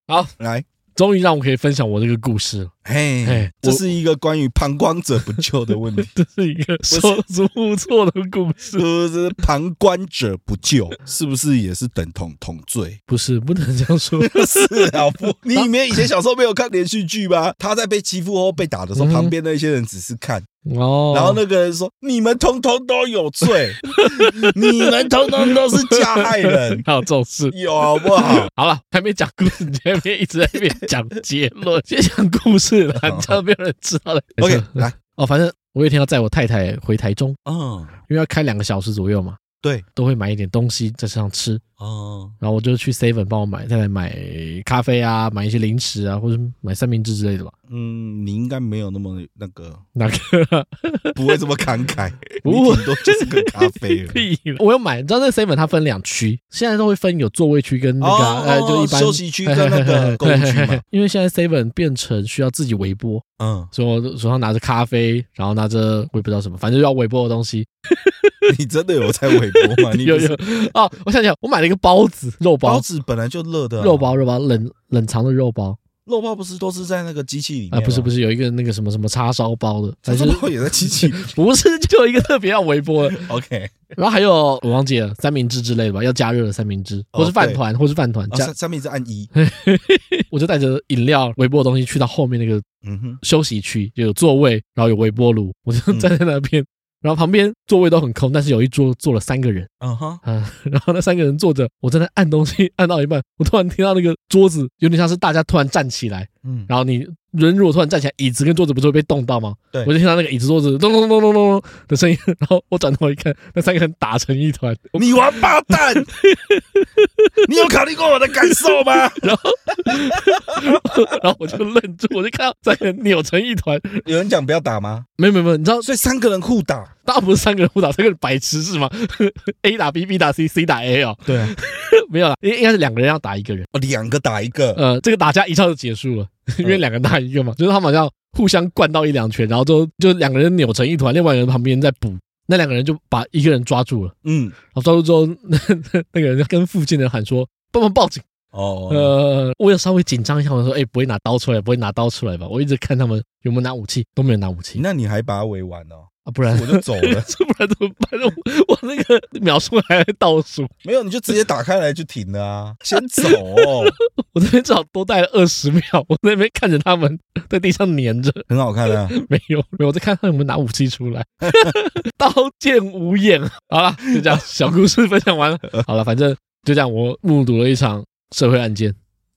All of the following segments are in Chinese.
好， 来， 终于让我可以分享我这个故事了。 嘿，这是一个关于旁观者不救的问题， 这是一个手足无措的故事。 是旁观者不救，是不是也是等同同罪？ 不是，不能这样说。 是啊，你里面以前小时候没有看连续剧吗？他在被欺负或被打的时候，旁边那些人只是看。 哦， 然后那个人说：“你们通通都有罪，你们通通都是加害人。” 还有这种事， 有好不好？ 好了，还没讲故事，你前面一直在那边讲结论，先讲故事了，这样没有人知道了。 OK， 来哦，反正我有一天要载我太太回台中， 嗯， 因为要开2个小时左右嘛， 对， 都会买一点东西在车上吃。 哦， 然后我就去 Seven 帮我买，再来买咖啡啊，买一些零食啊，或者买三明治之类的吧。 你应该没有那么那个， 哪个？ 不会这么慷慨， 不你顶多就是个咖啡了。 屁了！我有买，你知道那 Seven 它分2区，现在都会分有座位区跟那个就一般休息区跟那个购物区嘛。 因为现在 Seven 变成需要自己微波，所以我手上拿着咖啡，然后拿着我也不知道什么，反正就要微波的东西。 你真的有在微波吗？ 有哦，我想想，我买了一个包子，肉包， 包子本来就热的， 肉包冷藏的肉包。 肉包不是都是在那个机器里面啊？不是，有一个那个什么叉烧包的， 叉烧包也在机器里， 不是，就有一个特别要微波的。 OK， 然后还有我忘记了三明治之类的吧，要加热的三明治，或是饭团， 三明治按1， 我就带着饮料、微波的东西去到后面那个休息区，就有座位，然后有微波炉，我就站在那边。然后旁边座位都很空，但是有一桌坐了3个人。然后那3个人坐着，我正在按东西，按到一半，我突然听到那个桌子有点像是大家突然站起来，然后你人如果突然站起来，椅子跟桌子不是会被动到吗？ 对， 我就听到那个椅子桌子咚咚咚咚咚的声音，然后我转头一看，那3个人打成一团。 你王八蛋！你有考虑过我的感受吗？ 然后我就愣住，我就看到3个人扭成一团。 有人讲不要打吗？ 没有，你知道， 所以3个人互打。 当然不是3个人互打，3个人白痴是吗？A 打 B，B 打 C，C 打 A 哦。 对啊， 没有啦，应该是2个人要打1个人。 哦，2个打1个。 这个打架一下就结束了，因为2个打1个嘛，就是他们好像互相灌到1-2拳，然后就2个人扭成一团，另外一个人旁边在补，那2个人就把1个人抓住了。然后抓住之后，那个人就跟附近的人喊说：“帮忙报警。”我有稍微紧张一下，我说：“不会拿刀出来，不会拿刀出来吧？”我一直看他们有没有拿武器，都没有拿武器。 那你还把他围完哦？ 不然我就走了， 不然怎么办？我那个秒数还在倒数， 没有你就直接打开来就停了啊！先走哦， 我这边至少多待了20秒，我在那边看着他们在地上黏着， 很好看啊。 没有，我在看他有没有拿武器出来，刀剑无眼。好了，就这样，小故事分享完了。好了，反正就这样，我目睹了一场社会案件，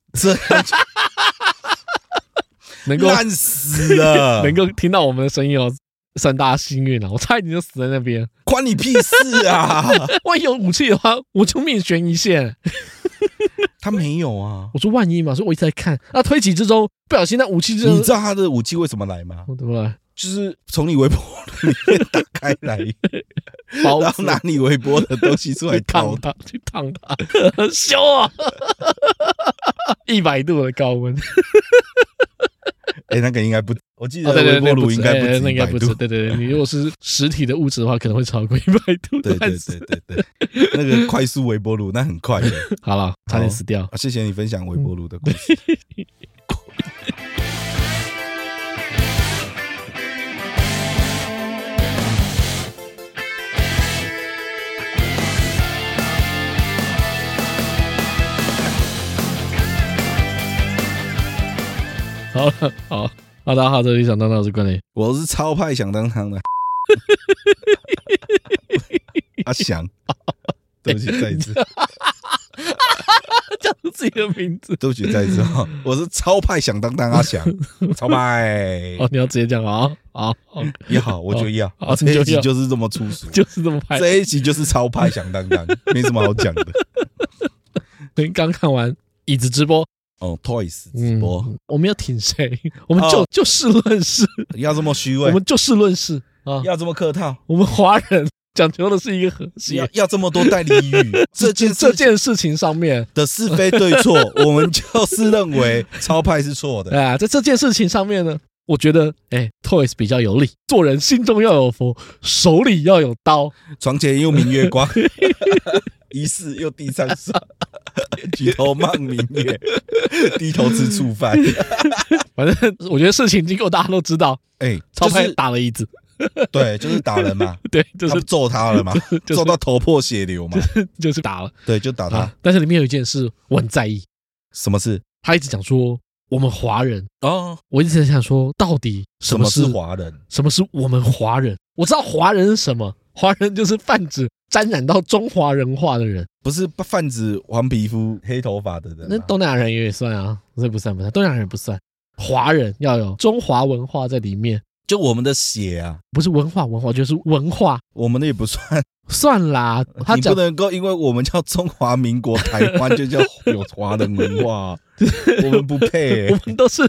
能够烂死了， 能够听到我们的声音哦。算大家幸运了，我差一点就死在那边， 关你屁事啊！ 万一有武器的话，我就命悬一线。 他没有啊， 我说万一嘛，所以我一直在看。那推挤之中，不小心那武器就…… 你知道他的武器为什么来吗？ 怎么来？ 就是从你微波里面打开来，然后拿你微波的东西出来烫他，去烫他，很羞啊！100度的高温。 那个应该不，我记得微波炉应该不止100度。 对，你如果是实体的物质的话，可能会超过100度。 对，那个快速微波炉那很快的。 好了，差点死掉。 谢谢你分享微波炉的故事。 好，大家好，这里想当当，我是关磊， 我是超派想当当的阿翔，对不起，再一次， 讲出自己的名字， 对不起，再一次，我是超派想当当阿翔，超派。 你要直接讲啊？好， 也好，我觉得要，这一集就是这么粗俗， 就是这么派， 这一集就是超派想当当，没什么好讲的。 刚看完椅子直播。 Toys 直播， 我们要挺谁？我们就事论事， 要这么虚伪， 我们就事论事啊， 要这么客套。 我们华人讲求的是一个和谐， 要这么多代俚语。这件事情上面的是非对错，我们就是认为超派是错的。 在这件事情上面呢，我觉得Toys 比较有理，做人心中要有佛，手里要有刀， 床前又明月光，疑似又地上霜。 举头望明月，低头吃醋饭。 反正我觉得事情经过大家都知道，超派打了椅子。 对，就是打人嘛， 对，就是他揍他了嘛，揍到头破血流嘛， 就是打了， 对，就打他。 但是里面有一件事我很在意， 什么事？ 他一直讲说我们华人哦，我一直在想说，到底什么是华人？ 什么是我们华人？我知道华人是什么，华人就是泛指沾染到中华文化的人， 不是泛指黄皮肤、黑头发的人。 那东南亚人也算啊，这不算，东南亚人不算，华人要有中华文化在里面。 就我们的血啊， 不是文化，就是文化， 我们的也不算啦。 你不能够因为我们叫中华民国台湾就叫有华人文化，我们不配。 我们都是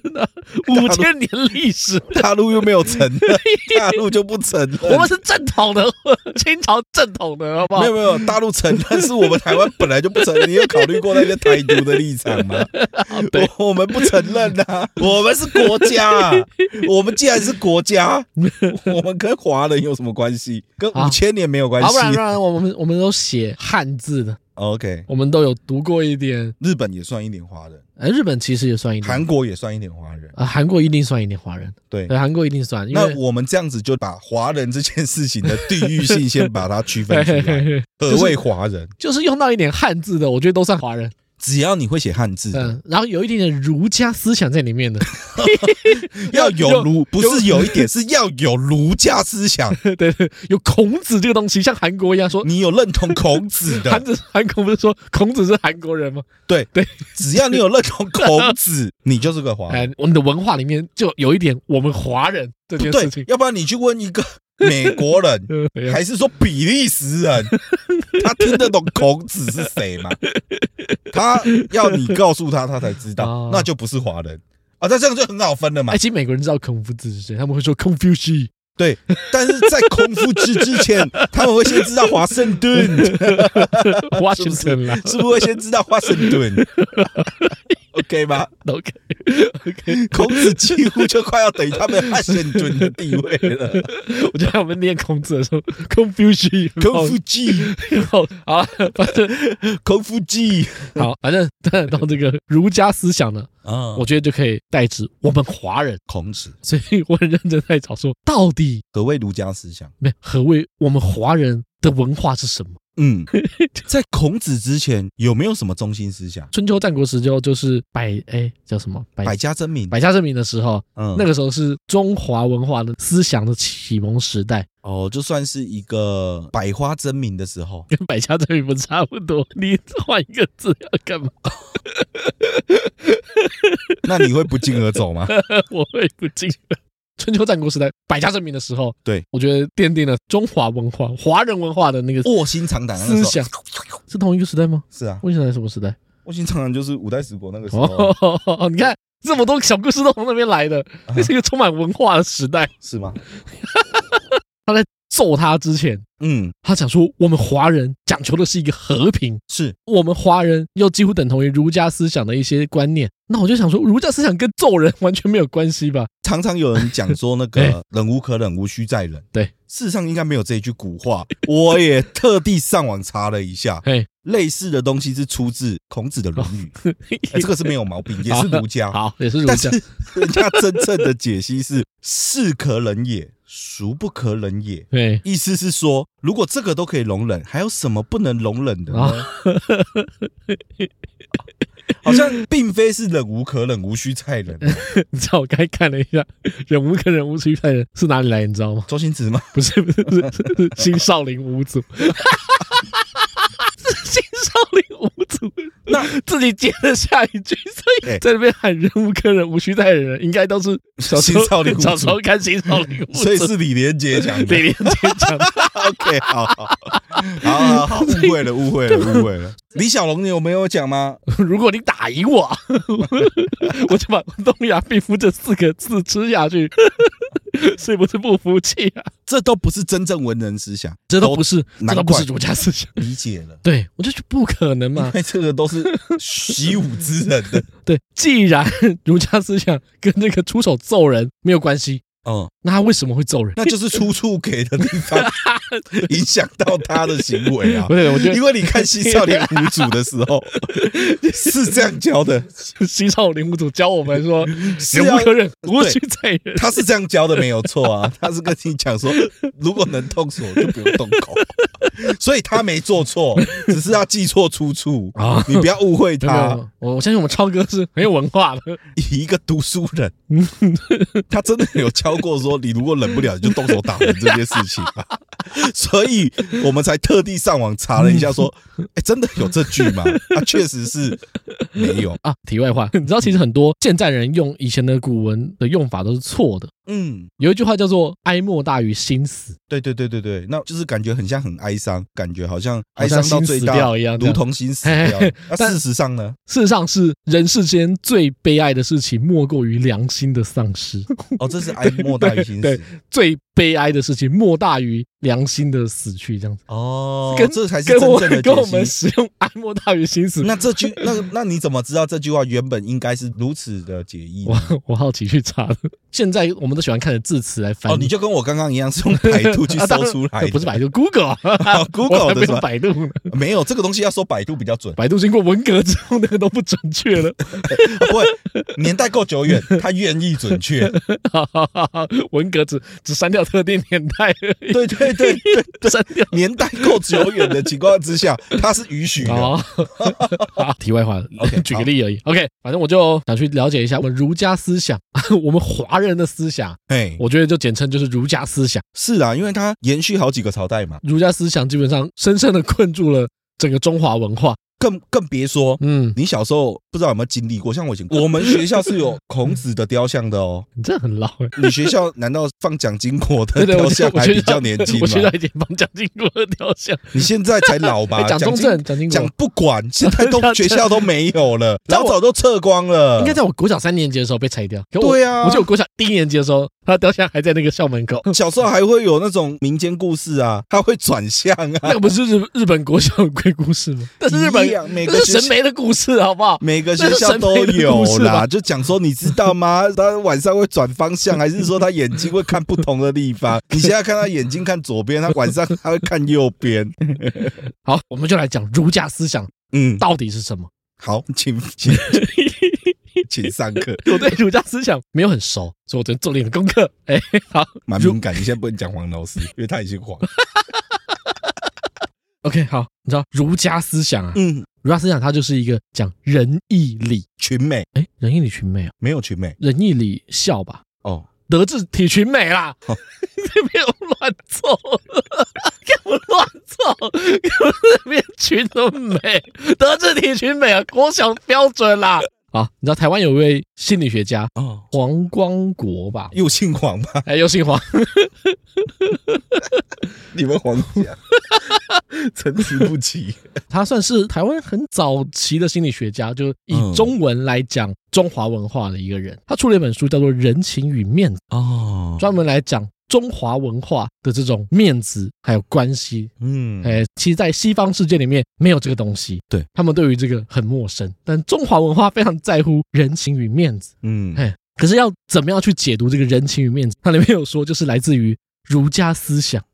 5000年历史， 大陆又没有承认，大陆就不承认。 我们是正统的，清朝正统的，好不好？ 没有，大陆承认，是我们台湾本来就不承认。你有考虑过那个台独的立场吗？我们不承认啊，我们是国家，我们既然是国家，我们跟华人有什么关系？跟5000年没有关系。 不然我们都写汉字的。 OK， 我们都有读过一点。 日本也算一点华人， 日本其实也算一点， 韩国也算一点华人韩国一定算一点华人。对，韩国一定算。 那我们这样子就把华人这件事情的地域性先把它区分出来。何谓华人？ 就是用到一点汉字的，我觉得都算华人。 只要你会写汉字， 然后有一点点儒家思想在里面的， 要有不是有一点，是要有儒家思想。 对，有孔子这个东西，像韩国一样说， 你有认同孔子的。 韩国不是说孔子是韩国人吗？ 对，只要你有认同孔子，你就是个华人。 我们的文化里面就有一点我们华人这件事情。 要不然你去问一个美国人，还是说比利时人，他听得懂孔子是谁吗？他要你告诉他，他才知道，那就不是华人啊。那这样就很好分了嘛。 其实美国人知道孔夫子是谁，他们会说 Confucius。 对，但是在孔夫子之前，他们会先知道华盛顿 ，Washington 啦， 是不是会先知道华盛顿？OK 吗 ？OK， 孔子几乎就快要等于他们华盛顿的地位了。 我觉得我们念孔子的时候，Confucius， 好了，反正孔夫子， 好，反正到这个儒家思想呢。我觉得就可以代指我们华人孔子， 所以我很认真在找说，到底何谓儒家思想？ 何谓我们华人的文化是什么？ 在孔子之前有没有什么中心思想？ 春秋战国时就就是叫什么百家争鸣， 百家争鸣的时候，那个时候是中华文化的思想的启蒙时代。 就算是一个百花争鸣的时候， 跟百家争鸣不差不多。你换一个字要干嘛？ 那你会不胫而走吗？ 我会不胫而走。春秋战国时代百家争鸣的时候， 对， 我觉得奠定了中华文化、华人文化的那个卧薪尝胆思想。是同一个时代吗？ 是啊。 卧薪尝胆什么时代？ 卧薪尝胆就是五代十国那个时候。 你看这么多小故事都从那边来的，这是一个充满文化的时代， 是吗？ 他在揍他之前，他讲说我们华人讲求的是一个和平， 是我们华人又几乎等同于儒家思想的一些观念。那我就想说，儒家思想跟揍人完全没有关系吧？ 常常有人讲说那个忍无可忍，无需再忍。 对， 事实上应该没有这一句古话。我也特地上网查了一下，类似的东西是出自孔子的《论语》，这个是没有毛病，也是儒家。 好，也是儒家。 但是人家真正的解析是“是可忍也，孰不可忍也”。意思是说，如果这个都可以容忍，还有什么不能容忍的呢？好像并非是忍无可忍，无需再忍。 你知道我刚才看了一下，忍无可忍，无需再忍是哪里来？你知道吗？ 周星驰吗？ 不是，是新少林五祖。新少林五祖，那自己接了下一句，所以在那边喊忍无可忍，无需再忍，应该都是小时候看新少林五祖， 所以是李连杰讲的。 李连杰讲的。 OK， 好，误会了。李小龙，你有没有讲吗？ 如果你打赢我，我就把东亚病夫这4个字吃下去，是不是不服气啊？ 这都不是真正文人思想， 这都不是儒家思想。 理解了， 对，我就觉得不可能嘛， 因为这个都是习武之人的。 对，既然儒家思想跟那个出手揍人没有关系， 那他为什么会揍人？ 那就是出处给的地方影响到他的行为啊。 对，我觉得因为你看青少年五组的时候是这样教的， 青少年五组教我们说忍无可忍，无需再忍。 他是这样教的没有错啊，他是跟你讲说如果能动手就不用动口，所以他没做错，只是他记错出处啊，你不要误会他。 我相信我们超哥是很有文化的， 一个读书人，他真的有教过说你如果忍不了你就动手打人这件事情吧。所以我们才特地上网查了一下说真的有这句吗？确实是没有啊。题外话，你知道其实很多现在人用以前的古文的用法都是错的。有一句话叫做哀莫大于心死。 对，那就是感觉很像很哀伤，感觉好像哀伤到最大一样， 如同心死掉。那事实上呢？ 事实上是人世间最悲哀的事情莫过于良心的丧失。 这是哀莫大于心死。 对，最悲哀的事情莫大于良心的死去，这样子。 这才是真正的决心。 跟我们使用哀莫大于心死。 那你怎么知道这句话原本应该是如此的解义？ 我好奇去查的。现在我们都喜欢看的字词来翻译。 你就跟我刚刚一样，是用百度去搜出来的。 不是百度 ，Google。 Google 的是百度没有这个东西，要说百度比较准。 百度经过文革之后，那个都不准确了。 不会，年代够久远，他愿意准确。 文革只删掉特定年代而已。 对，删掉年代够久远的情况之下，他是允许的。 题外话，举个例而已。OK， 反正我就想去了解一下我们儒家思想，我们华人的思想。我觉得就简称就是儒家思想。 是啊，因为它延续好几个朝代嘛。 儒家思想基本上深深的困住了整个中华文化。 更别说，你小时候不知道有没有经历过？像我以前，我们学校是有孔子的雕像的哦。 你这很老你学校难道放蒋经国的雕像还比较年轻吗？ 我学校已经放蒋经国的雕像。 你现在才老吧？ 蒋中正、蒋经国， 不管，现在都学校都没有了，早都撤光了。 应该在我国小3年级的时候被拆掉。 对啊， 我记得我国小1年级的时候，他的雕像还在那个校门口。 小时候还会有那种民间故事啊，他会转向啊。 那个不是日本国小的鬼故事吗？但是日本每个神媒的故事，好不好？ 每个学校都有啦，就讲说你知道吗？他晚上会转方向，还是说他眼睛会看不同的地方？你现在看他眼睛看左边，他晚上他会看右边。 好，我们就来讲儒家思想，到底是什么？ 好，请上课。 我对儒家思想没有很熟，所以我昨天做了一点功课。好， 蛮敏感，你现在不能讲黄老师，因为他已经黄。 OK， 好，你知道儒家思想啊？儒家思想它就是一个讲仁义礼群美。 仁义礼群美啊？没有群美， 仁义礼孝吧？德智体群美啦！这边有乱凑，给我乱凑，给我这边群什么美？德智体群美啊，国小标准啦。好，你知道台湾有一位心理学家黄光国吧？ 又姓黄吧？ 又姓黄。 你们黄家参差不齐。 他算是台湾很早期的心理学家，就以中文来讲中华文化的一个人。他出了一本书叫做《人情与面子》，专门来讲中华文化的这种面子还有关系。其实在西方世界里面没有这个东西，对，他们对于这个很陌生，但中华文化非常在乎人情与面子。可是要怎么样去解读这个人情与面子？它里面有说，就是来自于儒家思想。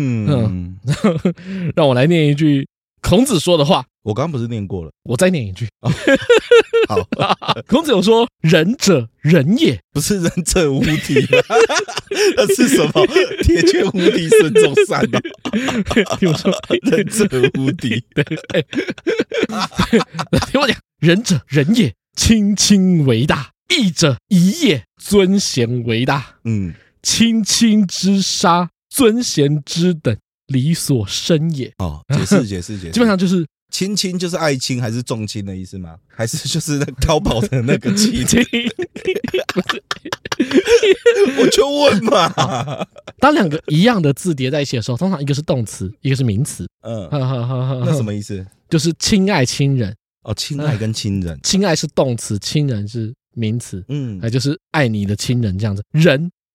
让我来念一句孔子说的话。 我刚刚不是念过了， 我再念一句。 好， 孔子有说：“仁者仁也。” 不是仁者无敌吗？那是什么？铁拳无敌孙中山哦。 听我说， 仁者无敌。 对，听我讲，仁者仁也，亲亲为大；义者义也，尊贤为大。亲亲之杀，尊贤之等，理所生也。 解释。 基本上就是亲亲就是爱亲还是重亲的意思吗？还是就是那淘宝的那个亲？我就问嘛。 当两个一样的字叠在一起的时候，通常一个是动词，一个是名词。 那什么意思？ 就是亲爱亲人。 亲爱跟亲人， 亲爱是动词，亲人是名词。就是爱你的亲人这样子。仁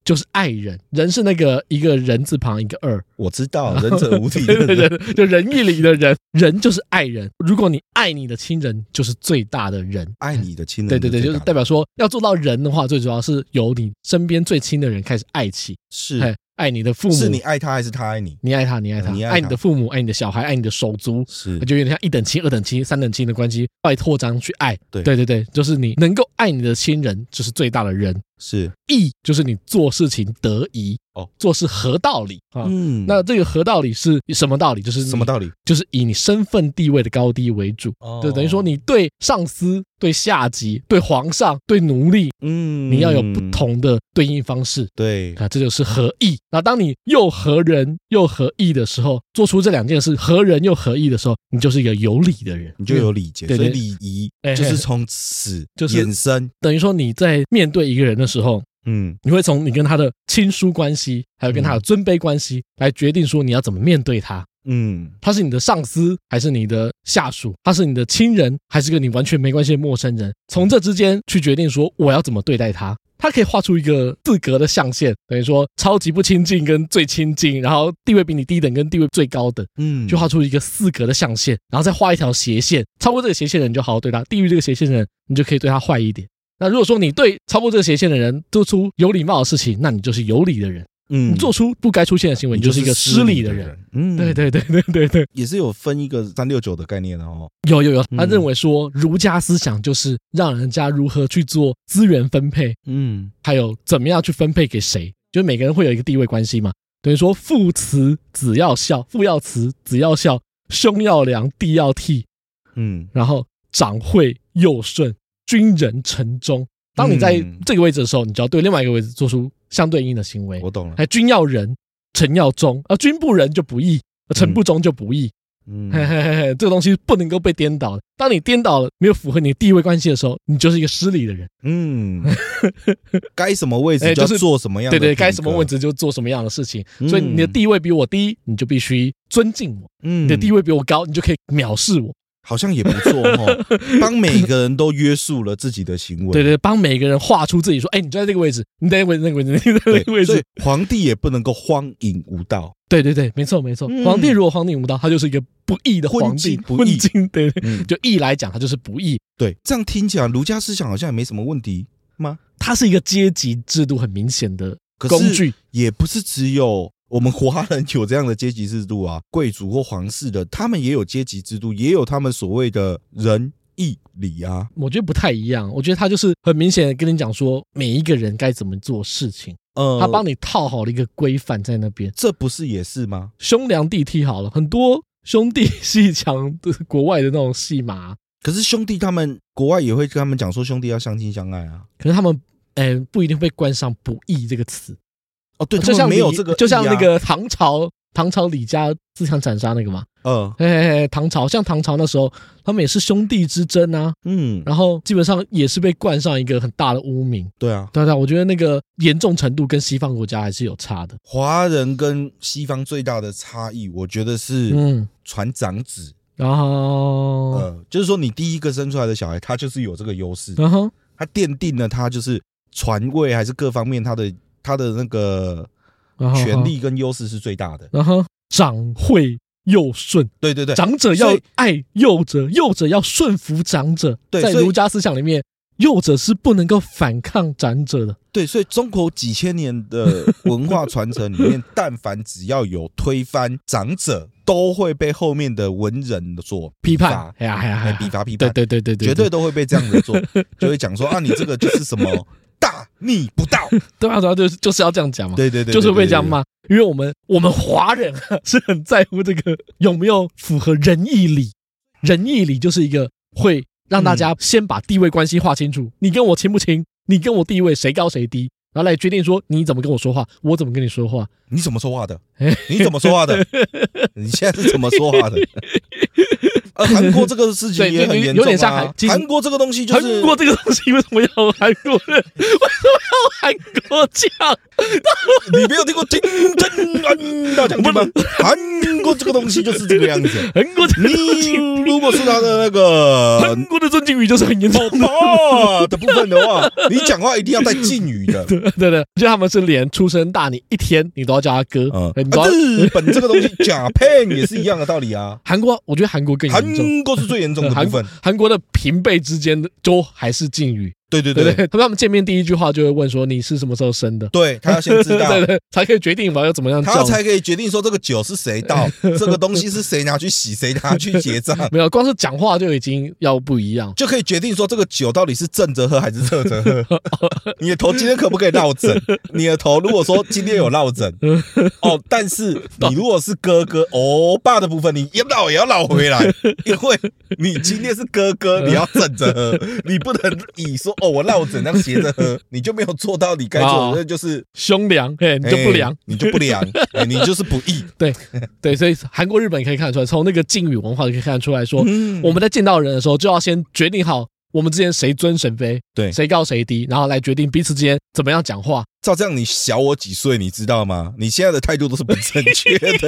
就是爱人，人是那个一个人字旁一个二， 我知道仁者无敌的人， 就仁义礼的人，人就是爱人。如果你爱你的亲人，就是最大的人。 爱你的亲人， 对，就是代表说要做到人的话，最主要是由你身边最亲的人开始爱起。 是， 爱你的父母， 是你爱他还是他爱你？ 你爱他，爱你的父母，爱你的小孩，爱你的手足， 是， 就有点像一等亲、二等亲、三等亲的关系，外扩张去爱。 对， 就是你能够爱你的亲人，就是最大的人。 是， 义就是你做事情得宜，做事合道理啊。那这个合道理是什么道理？就是什么道理？ 就是以你身份地位的高低为主。就等于说你对上司、对下级、对皇上、对奴隶，你要有不同的对应方式。 对啊，这就是合义。那当你又合人又合义的时候，做出这两件事合人又合义的时候，你就是一个有礼的人， 你就有礼节。所以礼仪就是从此衍生， 等于说你在面对一个人的时候，你会从你跟他的亲疏关系，还有跟他的尊卑关系来决定说你要怎么面对他。他是你的上司还是你的下属？他是你的亲人还是跟你完全没关系的陌生人？从这之间去决定说我要怎么对待他。他可以画出一个4格的象限，等于说超级不亲近跟最亲近，然后地位比你低等跟地位最高等，就画出一个4格的象限，然后再画一条斜线，超过这个斜线的人你就好好对他，低于这个斜线的人你就可以对他坏一点。那如果说你对超过这个斜线的人做出有礼貌的事情，那你就是有礼的人。你做出不该出现的行为，你就是一个失礼的人。对， 也是有分一个369的概念的哦。 有，他认为说儒家思想就是让人家如何去做资源分配，还有怎么样去分配给谁，就是每个人会有一个地位关系嘛。等于说父慈子要孝，父要慈子要孝，兄要良弟要悌，然后长惠幼顺，君人臣忠。当你在这个位置的时候，你就要对另外一个位置做出相对应的行为。 我懂了。 君要仁，臣要忠，君不仁就不义，臣不忠就不义。这个东西不能够被颠倒的。当你颠倒了，没有符合你的地位关系的时候，你就是一个失礼的人。 该什么位置就要做什么样的。 对，该什么位置就做什么样的事情。所以你的地位比我低，你就必须尊敬我。你的地位比我高，你就可以藐视我。 好像也不错哦，帮每个人都约束了自己的行为。 对，帮每个人画出自己说，你就在这个位置，你在那个位置，那个位置，你在那个位置。 所以皇帝也不能够荒淫无道。 对，没错。皇帝如果荒淫无道，他就是一个不义的皇帝， 不义。 对，就义来讲，他就是不义。 对，这样听起来儒家思想好像也没什么问题吗？ 它是一个阶级制度很明显的工具， 也不是只有我们华人有这样的阶级制度啊，贵族或皇室的，他们也有阶级制度，也有他们所谓的仁义礼啊。 我觉得不太一样，我觉得他就是很明显的跟你讲说，每一个人该怎么做事情。他帮你套好了一个规范在那边。 这不是也是吗？ 兄良弟悌好了，很多兄弟戏强的国外的那种戏码。 可是兄弟他们国外也会跟他们讲说，兄弟要相亲相爱啊。 可是他们不一定会冠上不义这个词。 对，就像没有这个， 就像那个唐朝李家自相残杀那个嘛。唐朝那时候他们也是兄弟之争啊。然后基本上也是被冠上一个很大的污名。 对啊， 我觉得那个严重程度跟西方国家还是有差的。 华人跟西方最大的差异，我觉得是传长子。就是说你第一个生出来的小孩，他就是有这个优势。他奠定了他就是传位还是各方面他的那个权力跟优势是最大的。长惠幼顺，对，长者要爱幼者，幼者要顺服长者。在儒家思想里面，幼者是不能够反抗长者的。对，所以中国几千年的文化传承里面，但凡只要有推翻长者，都会被后面的文人所批判，批判，对，绝对都会被这样子做，就会讲说啊，你这个就是什么大逆不道。对啊，就是要这样讲嘛。对，就是被这样骂，因为我们华人是很在乎这个有没有符合仁义礼。仁义礼就是一个会让大家先把地位关系划清楚，你跟我亲不亲，你跟我地位谁高谁低，然后来决定说你怎么跟我说话，我怎么跟你说话。你怎么说话的？你怎么说话的？你现在是怎么说话的？韩国这个事情也很严重啊。有点像韩国这个东西就是韩国这个东西为什么要韩国人？为什么韩国腔？ 你没有听过金正恩大将军吗？韩国这个东西就是这个样子。 韩国你如果是他的那个韩国的尊敬语就是很严重的部分的话，你讲话一定要带敬语的。 对，就他们是连出生大你1天，你都要叫他哥。 日本这个东西，Japan 也是一样的道理啊。 韩国，我觉得韩国更严重， 韩国是最严重的部分。 韩国的平辈之间都还是敬语。 对， 他们见面第一句话就会问说你是什么时候生的？ 对，他要先知道， 对，才可以决定要怎么样叫， 他才可以决定说这个酒是谁倒，这个东西是谁拿去洗，谁拿去结账。 没有，光是讲话就已经要不一样， 就可以决定说这个酒到底是正着喝还是侧着喝。你的头今天可不可以落枕？你的头如果说今天有落枕，但是你如果是哥哥欧巴的部分，你要绕也要绕回来，因为你今天是哥哥，你要正着喝，你不能以说我落枕这样斜着喝，你就没有做到你该做的，那就是胸凉，你就不凉， 你就不凉，你就是不义。 对，所以韩国、日本可以看得出来，从那个敬语文化就可以看得出来说，我们在见到人的时候就要先决定好我们之间谁尊谁卑，对，谁高谁低，然后来决定彼此之间怎么样讲话。 照这样，你小我几岁，你知道吗？你现在的态度都是不正确的。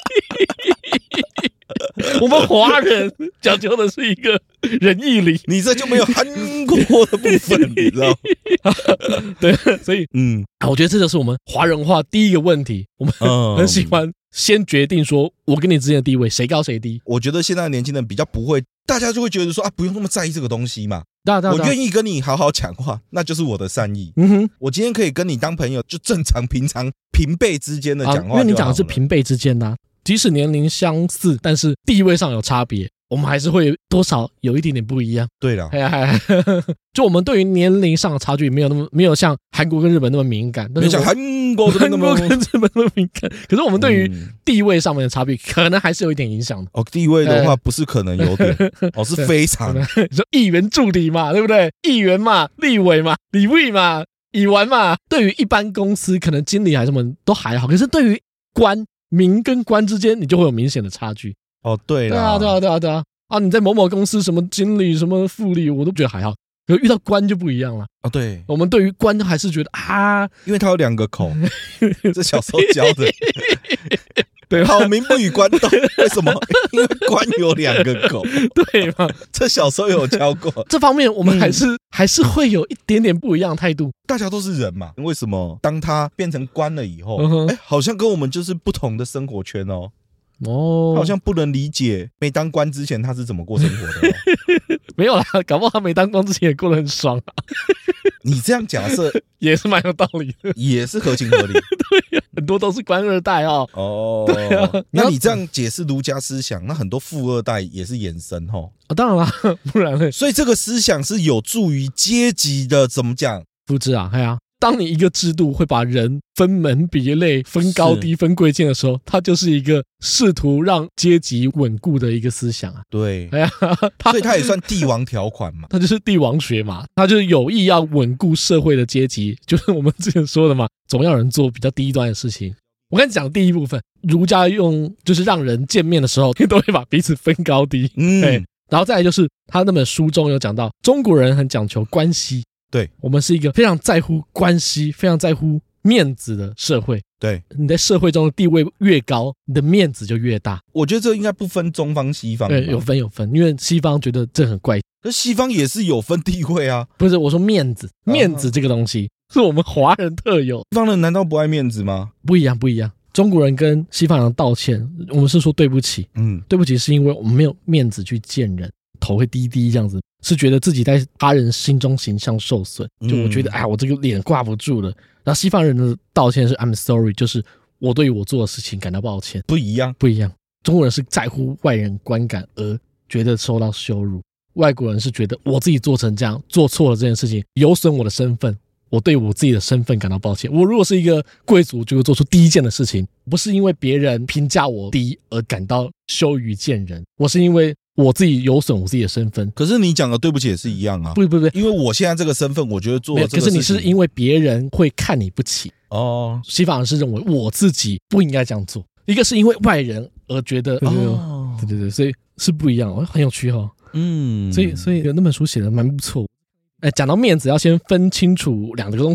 我们华人讲究的是一个仁义礼， 你这就没有韩国的部分，你知道吗？ 对，所以我觉得这就是我们华人化第一个问题，我们很喜欢先决定说我跟你之间的地位谁高谁低。 我觉得现在的年轻人比较不会，大家就会觉得说不用那么在意这个东西嘛。 我愿意跟你好好讲话，那就是我的善意。我今天可以跟你当朋友，就正常平常平辈之间的讲话，因为你讲的是平辈之间啊，即使年龄相似，但是地位上有差别，我们还是会多少有一点点不一样。 对了， 就我们对于年龄上的差距没有像韩国跟日本那么敏感， 没有像韩国跟日本那么敏感。可是我们对于地位上面的差别，可能还是有一点影响的。 地位的话不是可能有点，是非常。 你说议员助理嘛，对不对？议员嘛，立委嘛，立委嘛，议员嘛。对于一般公司，可能经理还是什么都还好，可是对于民跟官之间，你就会有明显的差距。 对啦， 对啊！你在某某公司什么经理、什么副理，我都觉得还好。可遇到官就不一样了。 对， 我们对于官还是觉得因为他有2个口，这小时候教的。 对， 好民不与官斗，为什么？因为官有2个口， 对嘛？ 这小时候有教过。 这方面我们还是会有一点点不一样的态度。 大家都是人嘛，为什么当他变成官了以后，好像跟我们就是不同的生活圈哦。他好像不能理解没当官之前他是怎么过生活的。 没有啦，搞不好他没当官之前也过得很爽啊。 你这样假设也是蛮有道理的， 也是合情合理。 对，很多都是官2代哦。 对啊，那你这样解释儒家思想，那很多富2代也是延伸哦。 当然啦，不然呢？ 所以这个思想是有助于阶级的怎么讲复制啊？当你一个制度会把人分门别类、分高低、分贵贱的时候，它就是一个试图让阶级稳固的一个思想啊。 对，所以它也算帝王条款嘛， 它就是帝王学嘛，它就是有意要稳固社会的阶级，就是我们之前说的嘛，总要有人做比较低端的事情。我跟你讲，第一部分，儒家用就是让人见面的时候都会把彼此分高低，然后再来就是他那本书中有讲到，中国人很讲求关系。 对， 我们是一个非常在乎关系、非常在乎面子的社会。 对， 你在社会中的地位越高，你的面子就越大。 我觉得这应该不分中方西方。 对，有分，因为西方觉得这很怪， 可西方也是有分地位啊。 不是，我说面子这个东西是我们华人特有。 西方人难道不爱面子吗？ 不一样。中国人跟西方人道歉，我们是说对不起。对不起是因为我们没有面子去见人，头会低这样子。是觉得自己在他人心中形象受损，就我觉得我这个脸挂不住了。然后西方人的道歉是 I'm sorry， 就是我对于我做的事情感到抱歉。不一样。中国人是在乎外人观感而觉得受到羞辱，外国人是觉得我自己做成这样，做错了这件事情，有损我的身份，我对我自己的身份感到抱歉。我如果是一个贵族，就会做出第一件的事情，不是因为别人评价我低而感到羞于见人，我是因为我自己有损我自己的身份。 可是你讲的对不起也是一样啊。 不，因为我现在这个身份，我觉得做了这个事情。 可是你是因为别人会看你不起哦。西方人是认为我自己不应该这样做，一个是因为外人而觉得对，所以是不一样，很有趣哦。所以那本书写的蛮不错。讲到面子，要先分清楚2个东西。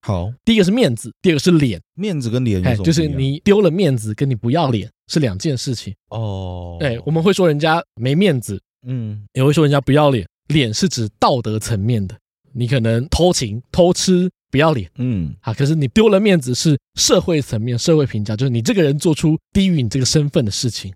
好， 第一个是面子，第二个是脸。 面子跟脸有什么不一样？ 就是你丢了面子跟你不要脸是两件事情。我们会说人家没面子，也会说人家不要脸。脸是指道德层面的，你可能偷情、偷吃不要脸，可是你丢了面子是社会层面、社会评价，就是你这个人做出低于你这个身份的事情。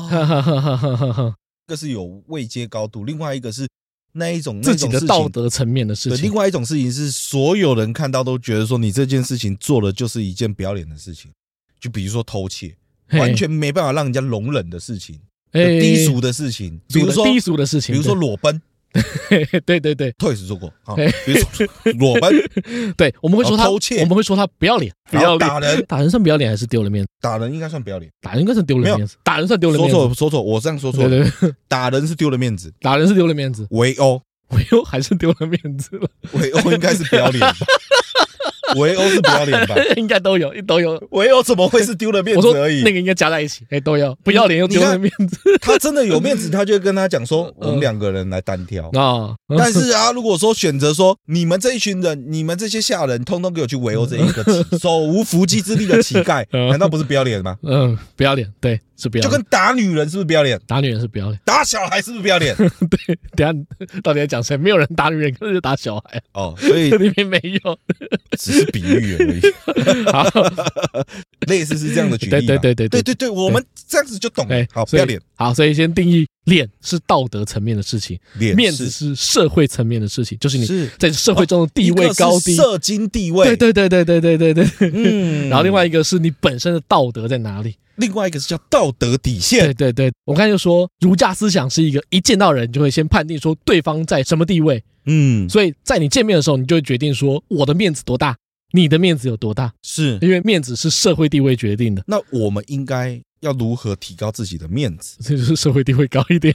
一个是有位阶高度，另外一个是那一种自己的道德层面的事情。 另外一种事情是所有人看到都觉得说你这件事情做的就是一件不要脸的事情，就比如说偷窃，完全没办法让人家容忍的事情，低俗的事情，比如说低俗的事情， 比如说裸奔。 对对对 ，Toys 做过啊，比如说裸奔， 对，我们会说他偷窃，我们会说他不要脸，不要脸， 打人算不要脸还是丢了面子？ 打人应该算不要脸， 打人应该算丢了面子，打人算丢了面子。 说错，我这样说错了。对，打人是丢了面子， 打人是丢了面子， 围殴还是丢了面子了？ 围殴应该是不要脸吧？围殴是不要脸吧？ 应该都有。 围殴怎么会是丢了面子而已？ 那个应该加在一起，都有。不要脸又丢了面子。 他真的有面子，他就会跟他讲说，我们2个人来单挑啊。但是啊，如果说选择说你们这一群人，你们这些下人，通通给我去围殴这一个手无缚鸡之力的乞丐，难道不是不要脸吗？ 不要脸，对，是不要脸。 就跟打女人是不是不要脸？ 打女人是不要脸， 打小孩是不是不要脸？ 对，等下到底在讲谁？没有人打女人，可是打小孩。 所以这里面没有。 只是比喻而已。好，类似是这样的举例。对，我们这样子就懂了。好，不要脸。 好，所以先定义脸是道德层面的事情，面子是社会层面的事情，就是你在社会中的地位高低， 社经地位。 对。然后另外一个是你本身的道德在哪里， 另外一个是叫道德底线。 对，我刚才就说儒家思想是一个一见到人就会先判定说对方在什么地位。所以在你见面的时候，你就会决定说我的面子多大，你的面子有多大， 是因为面子是社会地位决定的。 那我们应该要如何提高自己的面子？ 这就是社会地位高一点，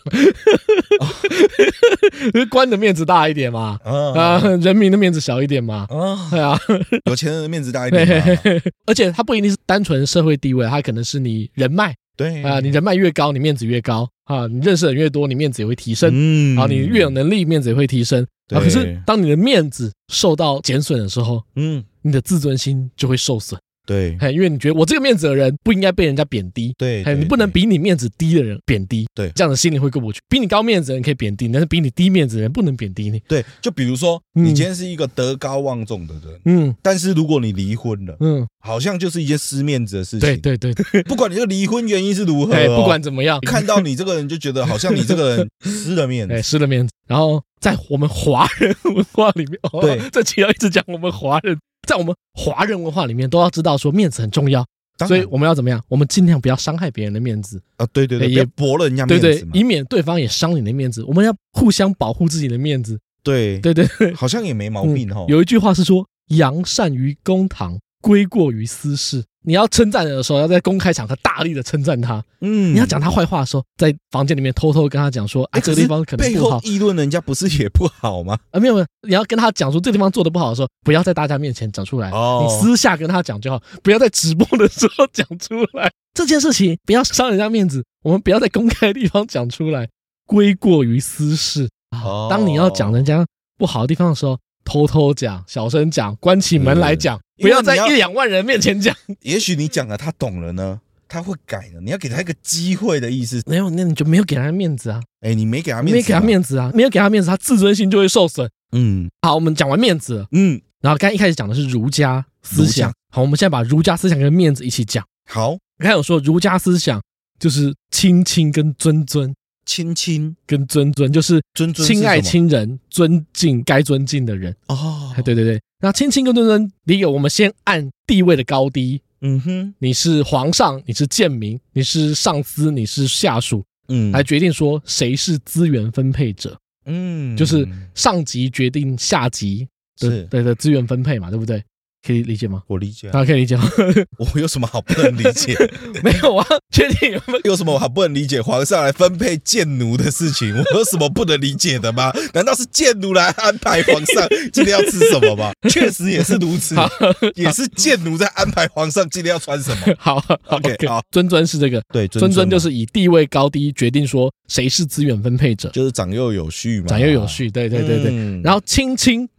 官的面子大一点嘛，人民的面子小一点嘛，对啊， 有钱人的面子大一点嘛。 而且它不一定是单纯社会地位，它可能是你人脉。 对你人脉越高，你面子越高你认识的人越多，你面子也会提升。你越有能力，面子也会提升。可是当你的面子受到减损的时候，你的自尊心就会受损。 对， 因为你觉得我这个面子的人不应该被人家贬低。 对， 你不能比你面子低的人贬低。 对， 这样的心里会过不去。比你高面子的人可以贬低，但是比你低面子的人不能贬低你。 对，就比如说你今天是一个德高望重的人，但是如果你离婚了，好像就是一件失面子的事情。 对， 不管你这个离婚原因是如何， 不管怎么样， 看到你这个人就觉得好像你这个人失了面子， 失了面子。然后在我们华人文化里面， 对， 这期要一直讲我们华人。在我们华人文化里面都要知道说面子很重要，所以我们要怎么样？我们尽量不要伤害别人的面子啊！ 对，也驳了人家面子， 对，以免对方也伤你的面子。我们要互相保护自己的面子。 对，好像也没毛病哈。 有一句话是说：“扬善于公堂，归过于私事。”你要称赞人的时候，要在公开场合大力的称赞他。你要讲他坏话的时候，在房间里面偷偷跟他讲说：“这个地方可能不好。” 背后议论人家不是也不好吗？ 没有，你要跟他讲说这个地方做的不好的时候，不要在大家面前讲出来。你私下跟他讲就好，不要在直播的时候讲出来。这件事情不要伤人家面子，我们不要在公开的地方讲出来，归过于私事。当你要讲人家不好的地方的时候，偷偷讲，小声讲，关起门来讲，不要在1-2万人面前讲。 也许你讲了，他懂了呢，他会改的。你要给他一个机会的意思。 没有，那你就没有给他面子啊！ 你没给他面子， 没给他面子啊！没有给他面子，他自尊心就会受损。好，我们讲完面子了。然后刚才一开始讲的是儒家思想。好，我们现在把儒家思想跟面子一起讲。 好， 刚才有说儒家思想就是亲亲跟尊尊。 亲亲跟尊尊就是亲爱亲人，尊敬该尊敬的人。对。那亲亲跟尊尊，第一个我们先按地位的高低。你是皇上，你是贱民，你是上司，你是下属，来决定说谁是资源分配者。就是上级决定下级的资源分配嘛，对不对？可以理解吗？ 我理解， 可以理解。 我有什么好不能理解？ 没有啊，确定有什么好不能理解？皇上来分配贱奴的事情，我有什么不能理解的吗？难道是贱奴来安排皇上今天要吃什么吗？确实也是如此，也是贱奴在安排皇上今天要穿什么。 好 ，OK， 好， 尊尊是这个， 对， 尊就是以地位高低决定说谁是资源分配者， 就是长幼有序嘛， 长幼有序，对。然后亲亲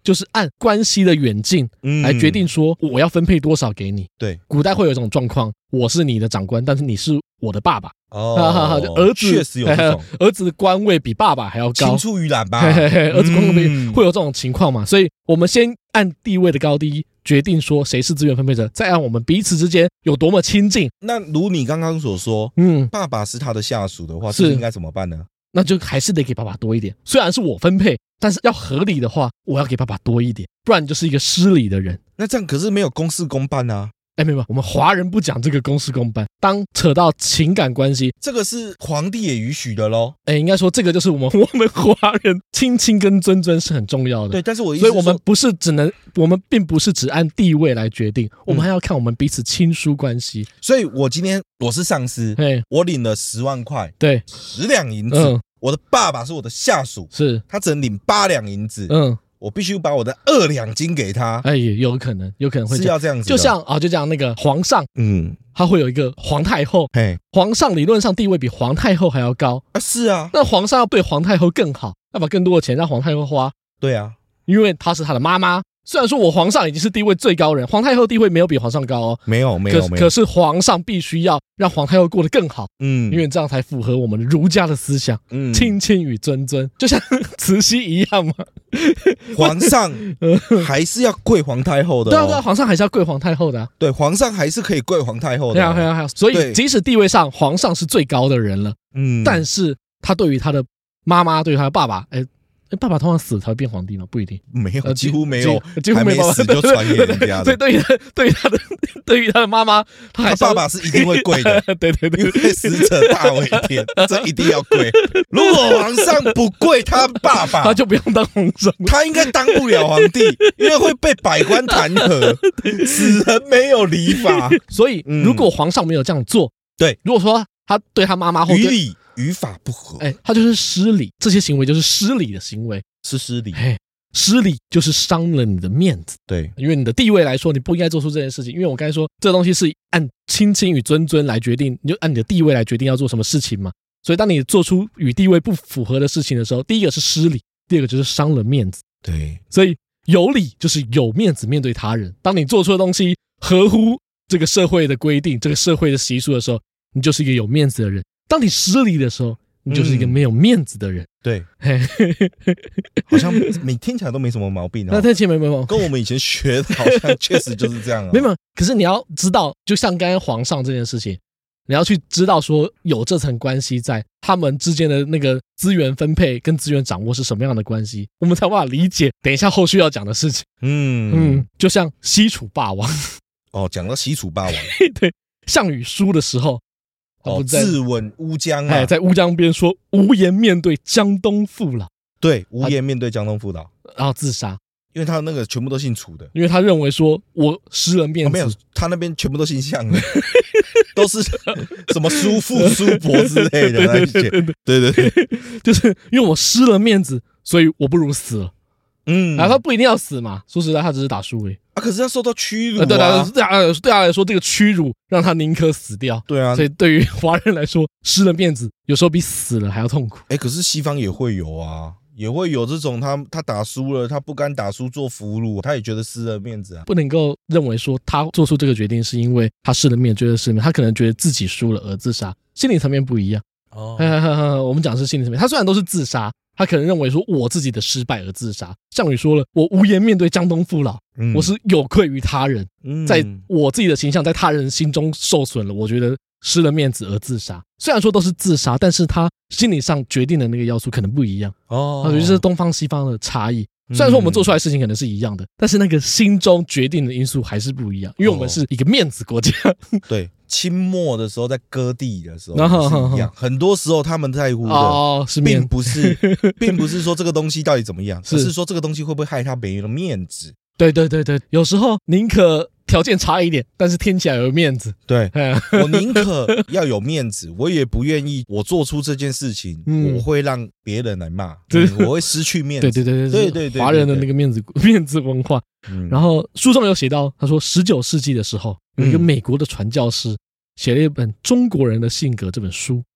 就是按关系的远近来决定说我要分配多少给你。 对， 古代会有一种状况，我是你的长官，但是你是我的爸爸。儿子确实有这种， 儿子的官位比爸爸还要高， 青出于蓝吧？ 儿子官位会有这种情况嘛？所以我们先按地位的高低决定说谁是资源分配者，再按我们彼此之间有多么亲近。 那如你刚刚所说，爸爸是他的下属的话，这应该怎么办呢？ 那就还是得给爸爸多一点。虽然是我分配，但是要合理的话，我要给爸爸多一点，不然你就是一个失礼的人。 那这样可是没有公事公办啊。 没有，我们华人不讲这个公事公办。当扯到情感关系， 这个是皇帝也允许的咯。 应该说这个就是我们华人亲亲跟尊尊是很重要的。 对，但是我的意思是说， 所以我们并不是只按地位来决定，我们还要看我们彼此亲疏关系。 所以我今天我是上司，我领了10万块， 对 ，10两银子，我的爸爸是我的下属， 是他只能领8两银子，我必须把我的2两金给他。 有可能会是要这样子的， 就像那个皇上，他会有一个皇太后，皇上理论上地位比皇太后还要高啊。是啊， 那皇上要对皇太后更好，要把更多的钱让皇太后花。 对啊， 因为她是她的妈妈。虽然说我皇上已经是地位最高人，皇太后地位没有比皇上高哦， 没有， 可是皇上必须要让皇太后过得更好，因为这样才符合我们儒家的思想，亲亲与尊尊，就像慈禧一样嘛。 皇上还是要跪皇太后的， 对啊，皇上还是要跪皇太后的， 对，皇上还是可以跪皇太后的， 对啊，所以即使地位上皇上是最高的人了，但是他对于他的妈妈，对于他的爸爸，爸爸通常死才会变皇帝吗？不一定， 没有，几乎没有， 几乎没有死就传给人家的。 所以对于他的妈妈， 他爸爸是一定会跪的。 对， 因为死者大为天，这一定要跪。如果皇上不跪他爸爸， 他就不用当皇上， 他应该当不了皇帝，因为会被百官弹劾。此人没有礼法， 所以如果皇上没有这样做， 对， 如果说他对他妈妈或与法不合， 他就是失礼，这些行为就是失礼的行为， 是失礼， 失礼就是伤了你的面子， 对， 因为你的地位来说，你不应该做出这件事情，因为我刚才说这东西是按亲亲与尊尊来决定，你就按你的地位来决定要做什么事情嘛，所以当你做出与地位不符合的事情的时候，第一个是失礼，第二个就是伤了面子， 对， 所以有礼就是有面子面对他人，当你做出的东西合乎这个社会的规定，这个社会的习俗的时候，你就是一个有面子的人。当你失礼的时候，你就是一个没有面子的人。 对，好像听起来都没什么毛病。 那听起来没有， 跟我们以前学的好像确实就是这样。 没有，可是你要知道，就像刚才皇上这件事情，你要去知道说有这层关系在，他们之间的那个资源分配跟资源掌握是什么样的关系，我们才有办法理解等一下后续要讲的事情。就像西楚霸王。 讲到西楚霸王， 对，项羽输的时候。 自刎乌江啊， 在乌江边说无颜面对江东父老， 对，无颜面对江东父老， 然后自杀， 因为他那个全部都姓楚的， 因为他认为说我失了面子， 没有，他那边全部都姓项的，都是什么叔父、叔伯之类的，对， 就是因为我失了面子，所以我不如死了。他不一定要死嘛，说实在，他只是打输而已。 可是他受到屈辱对他来说，这个屈辱让他宁可死掉。 对啊， 所以对于华人来说，失了面子有时候比死了还要痛苦。 可是西方也会有啊，也会有这种他打输了，他不甘打输做俘虏，他也觉得失了面子啊。 不能够认为说他做出这个决定是因为他失了面子，觉得失了面子，他可能觉得自己输了而自杀，心理层面不一样。我们讲的是心理层面，他虽然都是自杀。他可能认为说我自己的失败而自杀。项羽说了，我无颜面对江东父老，我是有愧于他人，在我自己的形象在他人心中受损了，我觉得失了面子而自杀。虽然说都是自杀，但是他心理上决定的那个要素可能不一样。我觉得这是东方西方的差异。虽然说我们做出来的事情可能是一样的，但是那个心中决定的因素还是不一样，因为我们是一个面子国家。 对，清末的时候在割地的时候是一样，很多时候他们在乎的并不是说这个东西到底怎么样，而是说这个东西会不会害他没了面子。 对，有时候宁可条件差一点，但是听起来有面子。 对，我宁可要有面子，我也不愿意我做出这件事情，我会让别人来骂，我会失去面子。对，华人的那个面子文化。然后书中有写到，他说19世纪的时候，有一个美国的传教士写了一本《中国人的性格》这本书。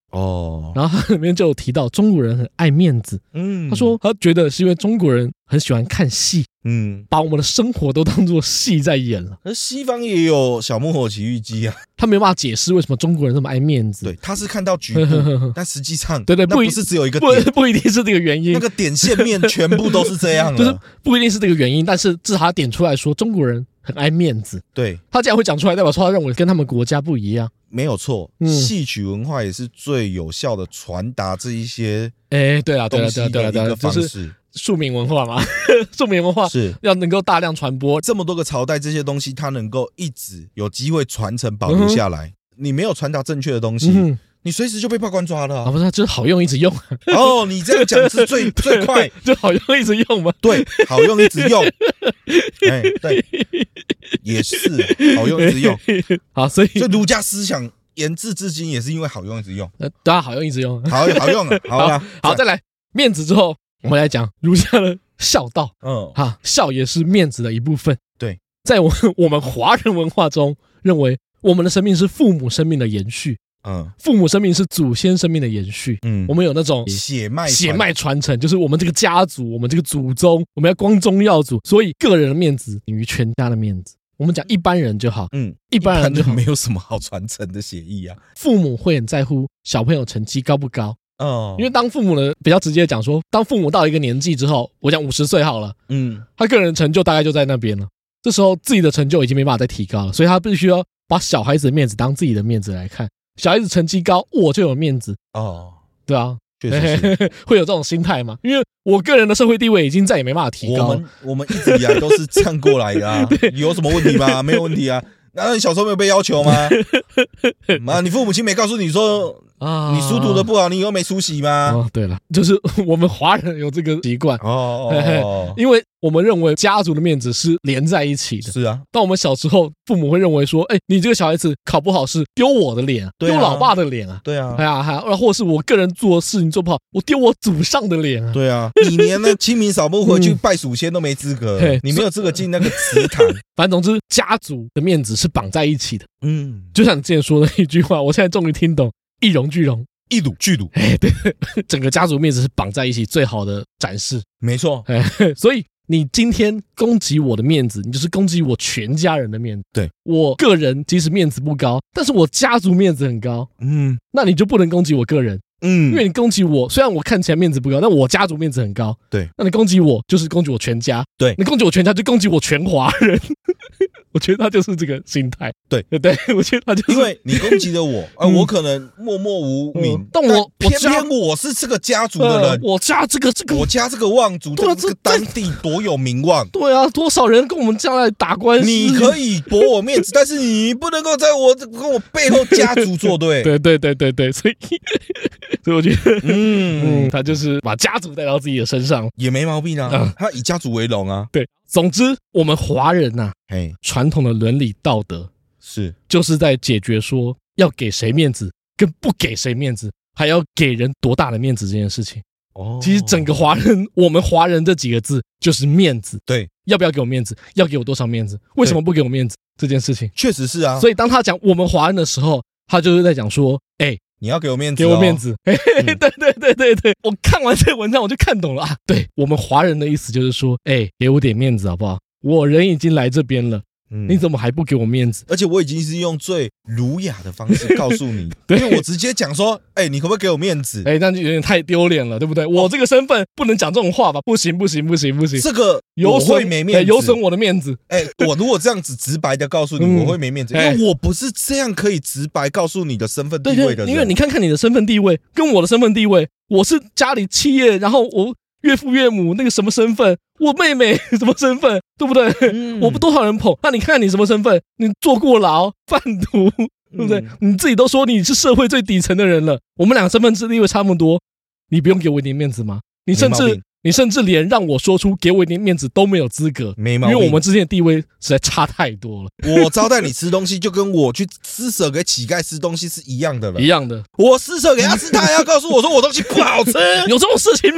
然后他里面就有提到中国人很爱面子，他说他觉得是因为中国人很喜欢看戏，把我们的生活都当作戏在演了。 而西方也有小木偶奇遇记啊， 他没有办法解释为什么中国人这么爱面子。 对，他是看到局部，但实际上对， 那不是只有一个点， 不一定是这个原因， 那个点线面全部都是这样的， 就是不一定是这个原因，但是至少他点出来说中国人很爱面子。 对， 他既然会讲出来，代表说他认为跟他们国家不一样。 没有错，戏曲文化也是最有效的传达这一些东西的一个方式。 庶民文化嘛，庶民文化是要能够大量传播， 这么多个朝代，这些东西它能够一直有机会传承保留下来。你没有传达正确的东西，你随时就被报官抓了。 不是，就是好用一直用。 你这样讲是最快， 就好用一直用嘛。 对，好用一直用。对，也是好用一直用。 好，所以儒家思想研制至今也是因为好用一直用。 对啊，好用一直用， 好用了。 好，再来面子之后，我们来讲儒家的孝道。孝也是面子的一部分。 对， 在我们华人文化中，认为我们的生命是父母生命的延续。父母生命是祖先生命的延续。我们有那种血脉传承，就是我们这个家族，我们这个祖宗，我们要光宗耀祖，所以个人的面子等于全家的面子。我们讲一般人就好，一般人就没有什么好传承的协议啊。 父母会很在乎小朋友成绩高不高。因为当父母的比较直接讲说，当父母到一个年纪之后，我讲50岁好了，他个人成就大概就在那边了。这时候自己的成就已经没办法再提高了，所以他必须要把小孩子的面子当自己的面子来看。小孩子成绩高，我就有面子。对啊， 确实是会有这种心态嘛？因为我个人的社会地位已经再也没办法提高了。 我们一直以来都是这样过来的啊，有什么问题吗？没有问题啊。难道你小时候没有被要求吗？你父母亲没告诉你说你书读得不好，你又没出息吗？ 对了，就是我们华人有这个习惯因为我们认为家族的面子是连在一起的。 是啊， 当我们小时候，父母会认为说，你这个小孩子考不好是丢我的脸，丢老爸的脸啊。 对啊， 或是我个人做的事情做不好，我丢我祖上的脸啊。 对啊，你连那清明扫墓回去拜祖先都没资格，你没有资格进那个祠堂。 反正总之，家族的面子是绑在一起的。就像你之前说的一句话，我现在终于听懂。一荣俱荣， 一辱俱辱。 对，整个家族面子是绑在一起最好的展示。 没错。 所以你今天攻击我的面子，你就是攻击我全家人的面子。 对， 我个人即使面子不高，但是我家族面子很高。那你就不能攻击我个人。因为你攻击我，虽然我看起来面子不高，但我家族面子很高。 对， 那你攻击我就是攻击我全家。 对， 你攻击我全家就攻击我全华人。我觉得他就是这个心态。对，我觉得他就是因为你攻击了我，我可能默默无名， 但偏偏我是这个家族的人， 我家这个望族，这个当地多有名望。 对啊，多少人跟我们将来打官司。 你可以驳我面子，但是你不能够在跟我背后家族作对。 对，所以我觉得，他就是把家族带到自己的身上， 也没毛病啊。他以家族为荣啊。 对，总之我们华人呐，传统的伦理道德就是在解决说要给谁面子，跟不给谁面子，还要给人多大的面子这件事情。其实整个我们华人这几个字就是面子。 对， 要不要给我面子？要给我多少面子？为什么不给我面子？这件事情确实是啊。 所以当他讲我们华人的时候，他就是在讲说， 你要给我面子， 给我面子。对，我看完这个文章我就看懂了啊。对，我们华人的意思就是说，给我点面子好不好？我人已经来这边了，你怎么还不给我面子？ 而且我已经是用最儒雅的方式告诉你，因为我直接讲说，你可不可以给我面子？ 那就有点太丢脸了，对不对？我这个身份不能讲这种话吧？不行， 这个我会没面子， 有损我的面子。 我如果这样子直白的告诉你，我会没面子，因为我不是这样可以直白告诉你的身份地位的人。 因为你看看你的身份地位跟我的身份地位，我是家里企业，然后我岳父岳母那个什么身份，我妹妹什么身份，对不对？我不多少人捧，那你看看你什么身份？你坐过牢，贩毒，对不对？你自己都说你是社会最底层的人了，我们俩身份地位差不多，你不用给我一点面子吗？你甚至连让我说出给我一点面子都没有资格， 没毛病， 因为我们之间的地位实在差太多了。 我招待你吃东西，就跟我去施舍给乞丐吃东西是一样的了。 一样的， 我施舍给他吃，他还要告诉我说我东西不好吃， 有这种事情吗？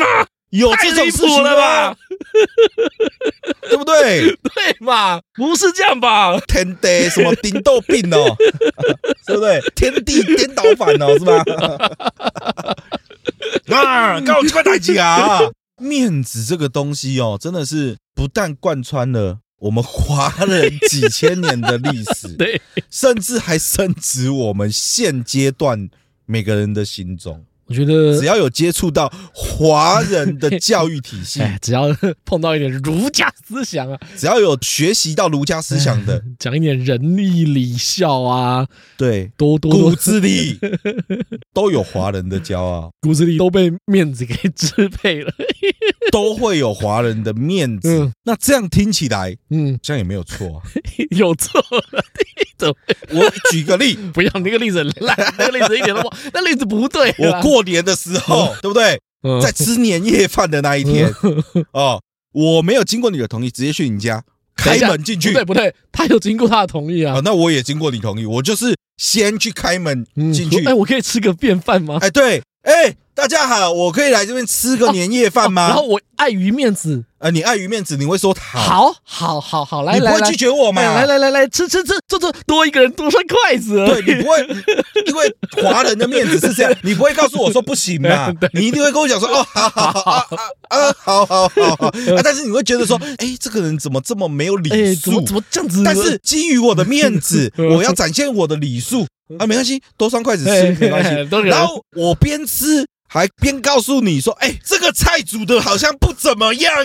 有这种事情了吧？对不对？ 对嘛？不是这样吧？ 天地什么顶斗病哦，对不对？天地颠倒反哦，是吧？啊，搞这块代志啊！面子这个东西哦，真的是不但贯穿了我们华人几千年的历史， 对， 甚至还深植我们现阶段每个人的心中。 我觉得只要有接触到华人的教育体系， 只要碰到一点儒家思想啊， 只要有学习到儒家思想的， 讲一点仁义礼孝啊， 对， 多骨子里都有华人的骄傲， 骨子里都被面子给支配了， 都会有华人的面子。那这样听起来，这样也没有错啊， 有错了。 我举个例， 不要那个例子很烂，那个例子一点都不，那例子不对。 我过年的时候，对不对？在吃年夜饭的那一天，哦，我没有经过你的同意，直接去你家开门进去。 不对，他有经过他的同意啊。 那我也经过你同意，我就是先去开门进去。 我可以吃个便饭吗？ 对，大家好，我可以来这边吃个年夜饭吗？ 然后我碍于面子， 你碍于面子，你会说好， 来， 你不会拒绝我吗？ 来，吃，坐，多一个人多双筷子。 对，你不会，因为华人的面子是这样，你不会告诉我说不行嘛，你一定会跟我讲说好，但是你会觉得说，这个人怎么这么没有礼数？ 怎么这样子？ 但是基于我的面子，我要展现我的礼数没关系，多双筷子吃没关系。然后我边吃。还边告诉你说，这个菜煮的好像不怎么样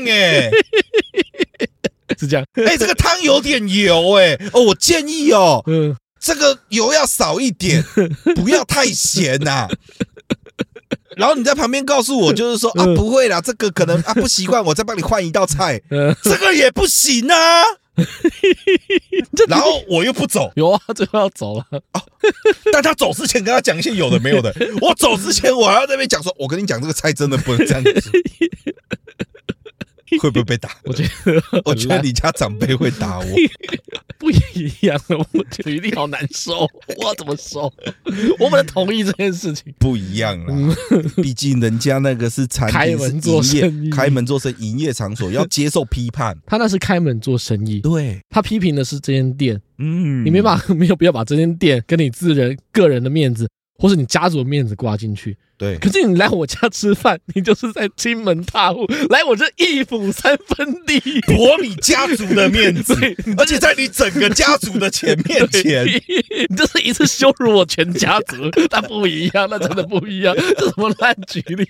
是这样， 这个汤有点油我建议这个油要少一点，不要太咸呐。然后你在旁边告诉我，就是说不会啦，这个可能不习惯，我再帮你换一道菜，这个也不行啊。然后我又不走， 有啊，最后要走了但他走之前跟他讲一些有的没有的，我走之前我还要在那边讲说，我跟你讲这个菜真的不能这样子。会不会被打？我觉得你家长辈会打我。 不一样，我觉得一定好难受，我要怎么收？我不能同意这件事情。 不一样啦，毕竟人家那个是产品， 开门做生意， 开门做生意，营业场所要接受批判。 他那是开门做生意， 对， 他批评的是这间店。你没有必要把这间店跟你个人的面子，或是你家族的面子挂进去。 对， 可是你来我家吃饭，你就是在亲门踏户，来我这一府三分地， 驳你家族的面子，而且在你整个家族的面前， 你这是一次羞辱我全家族，那不一样，那真的不一样，这什么烂举例？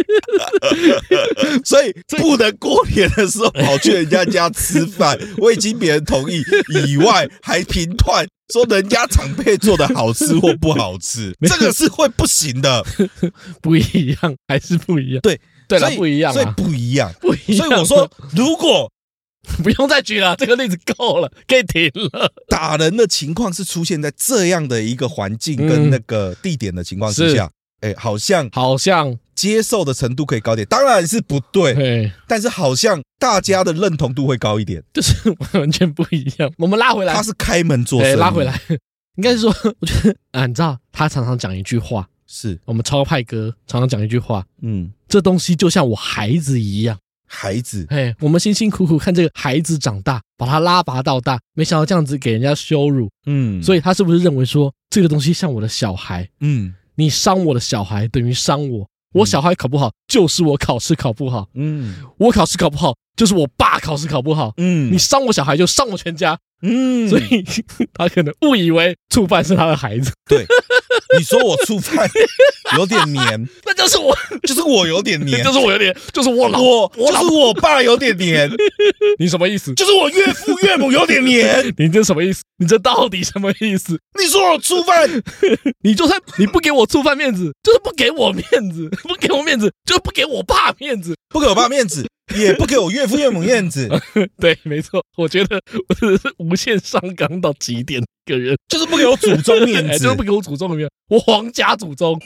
所以不能过年的时候跑去人家家吃饭，未经别人同意以外，还评断说人家长辈做的好吃或不好吃，这个是会不行的。 不一样，还是不一样。 对了，不一样， 所以不一样。 所以我说，如果不用再举了，这个例子够了，可以停了。 打人的情况是出现在这样的一个环境跟那个地点的情况之下，好像接受的程度可以高点，当然是不对，但是好像大家的认同度会高一点， 就是完全不一样。我们拉回来， 他是开门做生意， 拉回来，应该是说，我觉得你知道，他常常讲一句话。 是我们超派哥常常讲一句话，这东西就像我孩子一样， 孩子， 我们辛辛苦苦看这个孩子长大，把他拉拔到大，没想到这样子给人家羞辱，所以他是不是认为说这个东西像我的小孩，你伤我的小孩等于伤我，我小孩考不好就是我考试考不好，我考试考不好就是我爸考试考不好，你伤我小孩就伤我全家。所以他可能误以为触犯是他的孩子。 对，你说我触犯有点黏， 那就是我有点黏， 就是我有点，就是我就是我爸有点黏。 你什么意思？ 就是我岳父岳母有点黏。 你这什么意思？你这到底什么意思？ 你说我触犯， 你就算你不给我触犯面子，就是不给我面子，不给我面子，就是不给我爸面子， 不给我爸面子。也不给我岳父岳母面子。 对，没错，我觉得我真的是无限上纲到极点一个人， 就是不给我祖宗面子， 就是不给我祖宗的面子，我皇家祖宗。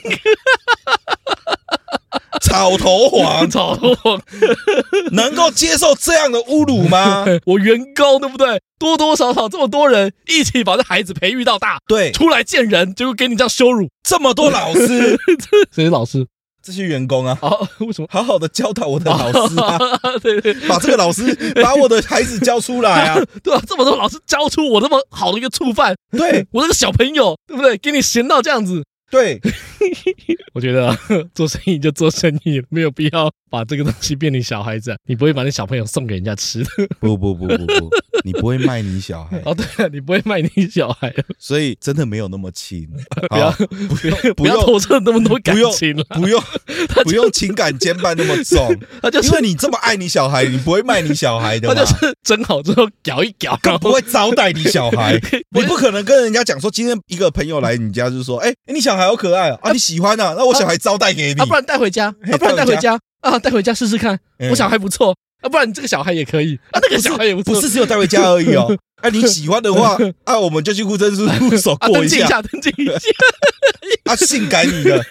草头黄能够接受这样的侮辱吗？ 我员工对不对？多多少少这么多人一起把这孩子培育到大， 对， 出来见人，结果给你这样羞辱， 这么多老师， 谁是老师？ 这些员工啊， 为什么好好的教导我的老师啊？ 对， 把这个老师把我的孩子教出来啊！ 对啊，这么多老师教出我这么好的一个触犯， 对我这个小朋友，对不对？给你闲到这样子。 对， 我觉得做生意就做生意，没有必要把这个东西变成小孩子。你不会把你小朋友送给人家吃的。 不，你不会卖你小孩。 对啊，你不会卖你小孩， 所以真的没有那么亲。 不要投射那么多感情了， 不用情感牵绊那么重。因为你这么爱你小孩，你不会卖你小孩的嘛。 他就是蒸好之后搅一搅， 更不会招待你小孩。你不可能跟人家讲说，今天一个朋友来你家，就是说，你小孩好可爱啊，你喜欢啊，那我小孩招待给你， 不然带回家，带回家试试看，我小孩不错，不然你这个小孩也可以，那个小孩也不错， 不是只有带回家而已哦。你喜欢的话，我们就去户政事务所过一下， 登记一下， 性感你的，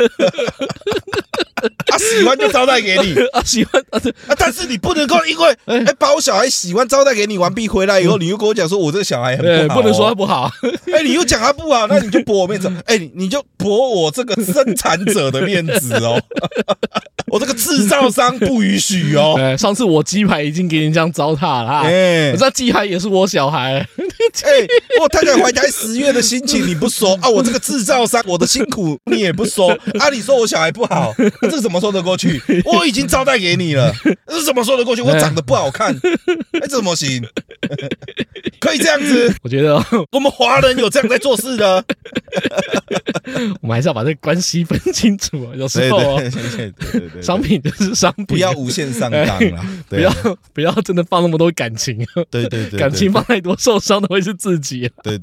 喜欢就招待给你， 喜欢但是你不能够因为把我小孩喜欢招待给你完毕回来以后，你又跟我讲说我这个小孩很不好， 不能说他不好， 你又讲他不好，那你就驳我面子，你就驳我这个生产者的面子哦，我这个制造商不允许哦。 上次我鸡排已经给你这样糟蹋了，我知道鸡排也是我小孩， 我太太怀胎10月的心情你不说我这个制造商我的辛苦你也不说你说我小孩不好，这怎么说得过去？我已经招待给你了，这怎么说得过去？我长得不好看，这怎么行？可以这样子？ 我觉得我们华人有这样在做事的， 我们还是要把这个关系分清楚。有时候对，商品就是商品， 不要无限上纲啦， 不要真的放那么多感情， 对， 感情放太多，受伤的会是自己。 对。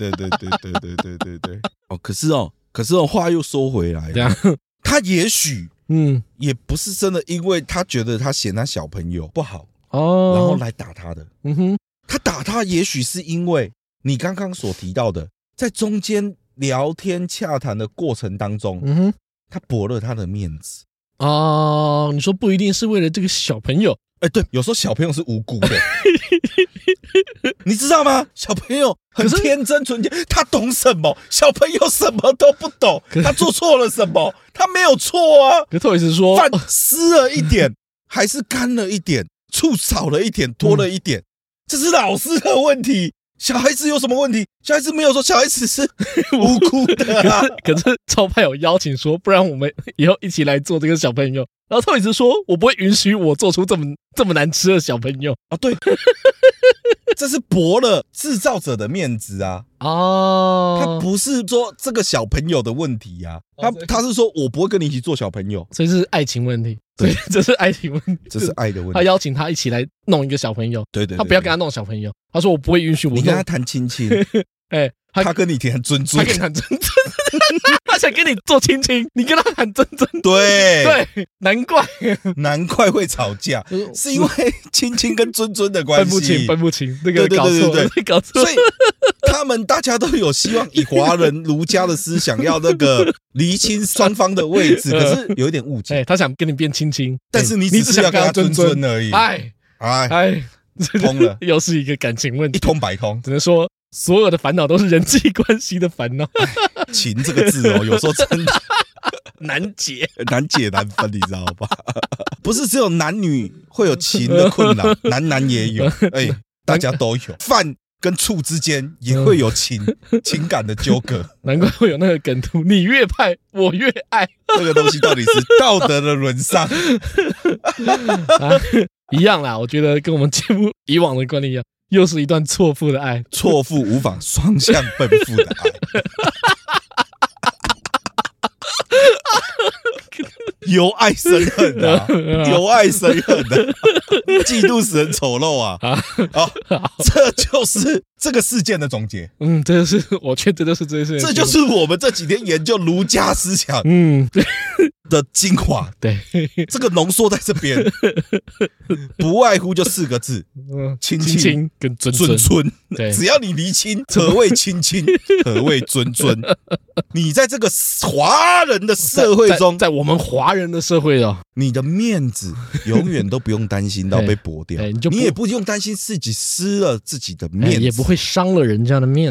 可是话又说回来，他也许也不是真的，因为他觉得他嫌他小朋友不好然后来打他的。他打他也许是因为你刚刚所提到的，在中间聊天洽谈的过程当中，他驳了他的面子。 你说不一定是为了这个小朋友， 对，有时候小朋友是无辜的，你知道吗？小朋友很天真纯洁，他懂什么？小朋友什么都不懂，他做错了什么？他没有错啊。 可特别是说， 饭湿了一点，还是干了一点，醋少了一点，多了一点，这是老师的问题。小孩子有什么问题？小孩子没有说，小孩子是无辜的啊。 可是超派有邀请说，不然我们以后一起来做这个小朋友。然后特别是说，我不会允许我做出这么难吃的小朋友啊。对，这是驳了制造者的面子啊。他不是说这个小朋友的问题啊，他是说我不会跟你一起做小朋友， 所以是爱情问题。对，这是爱情问题， 这是爱的问题。 他邀请他一起来弄一个小朋友， 对， 他不要跟他弄小朋友。他说我不会允许我。 你跟他谈亲亲，他跟你谈尊尊， 他跟你谈尊尊，他想跟你做亲亲，你跟他谈尊尊， 对， 难怪会吵架，是因为亲亲跟尊尊的关系分不清，那个搞错， 所以他们大家都有希望以华人儒家的思想要那个厘清双方的位置，可是有一点误解， 他想跟你变亲亲， 但是你只是要跟他尊尊而已，通了， 又是一个感情问题， 一通百通， 只能说所有的烦恼都是人际关系的烦恼。 情这个字有时候真的难解难分，你知道吧？不是只有男女会有情的困扰，男也有，大家都有。饭跟醋之间也会有情感的纠葛， 难怪会有那个梗图，你越派我越爱。 这个东西到底是道德的沦丧一样啦，我觉得跟我们节目以往的观念一样，又是一段错付的爱， 错付无妨，双向奔赴的爱。由爱生恨啊，由爱生恨啊，嫉妒使人丑陋啊！这就是这个事件的总结。 这就是我觉得这就是这件事， 这就是我们这几天研究儒家思想的精华。对，这个浓缩在这边，不外乎就4个字：亲亲跟尊尊。对，只要你厘清何谓亲亲，何谓尊尊，你在这个华人的社会中， 在我们华人的社会哦， 你的面子永远都不用担心到被驳掉，你也不用担心自己失了自己的面子， 也不会伤了人家的面子。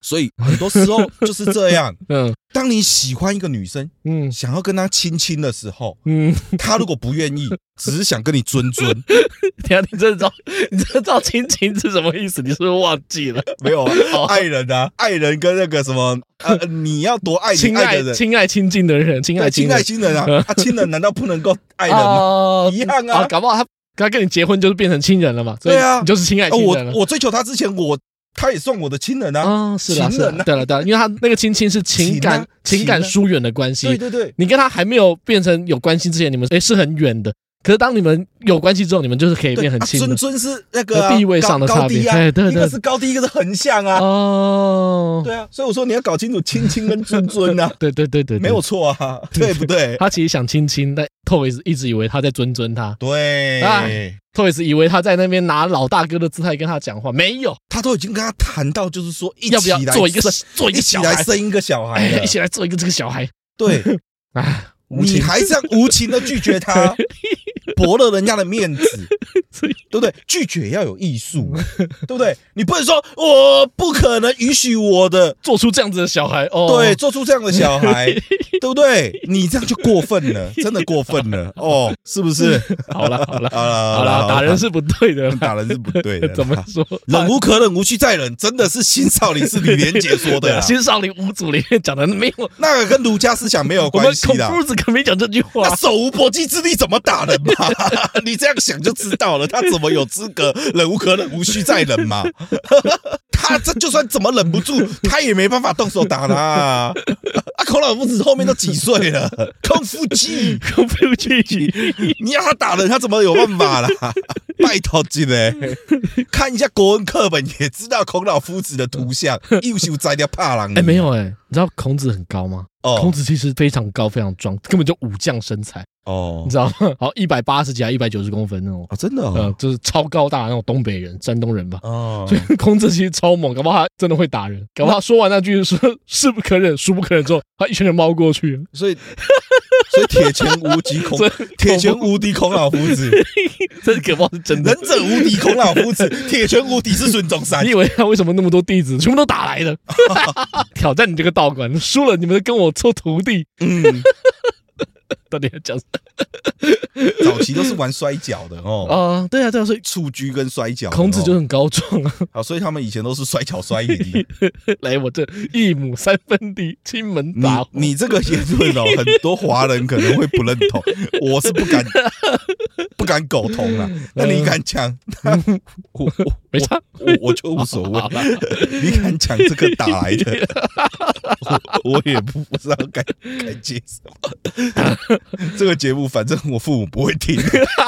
所以很多时候就是这样。当你喜欢一个女生，想要跟她亲亲的时候，她如果不愿意，只是想跟你尊，等下你真的知道亲亲是什么意思？你是不是忘记了？ 没有啊，爱人啊，爱人跟那个什么你要多爱你爱的人， 亲爱亲近的人，亲爱亲人啊，亲人难道不能够爱人吗？一样啊， 搞不好他跟你结婚就是变成亲人了嘛？ 对啊， 你就是亲爱亲人了。 我追求他之前，他也算我的亲人啊， 是啦，对了，因为他那个亲是情感疏远的关系， 对， 你跟他还没有变成有关系之前，你们是很远的。可是当你们有关系之后，你们就是可以变很亲的。 尊是那个地位上的差别，对， 一个是高低，一个是横向啊。对啊，所以我说你要搞清楚亲跟尊啊。 对， 没有错啊，对不对？ 他其实想亲，但 Toys 一直以为他在尊他。 对 ，Toys 以为他在那边拿老大哥的姿态跟他讲话，没有， 他都已经跟他谈到，就是说要不要做一个小孩， 一起来生一个小孩了， 一起来做一个这个小孩。 对，你还这样无情的拒绝他，驳了人家的面子，对不对？拒绝要有艺术，对不对？你不能说我不可能允许我的做出这样子的小孩， 对，做出这样的小孩，对不对？你这样就过分了，真的过分了是不是？ 好了，打人是不对的， 打人是不对的。 怎么说？ 忍无可忍，无需再忍，真的是新少林寺吕连杰说的。 新少林五祖里面讲的没有， 那个跟儒家思想没有关系的。 孔夫子可没讲这句话。 他手无搏击之力，怎么打人嘛？你这样想就知道了，他怎么有资格忍无可忍，无需再忍嘛？他这就算怎么忍不住，他也没办法动手打他啊！孔老夫子后面都几岁了？空腹记，你要他打人，他怎么有办法啦？拜托几嘞，看一下国文课本也知道孔老夫子的图像，优秀摘掉怕狼。 没有你知道孔子很高吗？孔子其实非常高，非常壮，根本就武将身材。你知道吗？好，180几还190公分那种真的就是超高大那种东北人，山东人吧。所以孔子其实超猛，搞不好他真的会打人，搞不好他说完那句说是不可忍，孰不可忍之后，他一群人猫过去了。 所以铁拳无敌孔老夫子， 这搞不好是真的。 忍者无敌孔老夫子，铁拳无敌是孙中山。 你以为他为什么那么多弟子，全部都打来的？挑战你这个道馆，输了你们跟我做徒弟。到底要讲什么？ 早期都是玩摔跤的对啊，所以蹴鞠跟摔跤， 孔子就很高壮啊。 好，所以他们以前都是摔跤摔赢的。 来，我这一亩三分地，亲门打。 你这个言论很多华人可能会不认同，我是不敢苟同啦。那你敢讲？ 没差， 我就无所谓。你敢讲这个打来的，我也不知道该接什么。这个节目反正我父母不会听，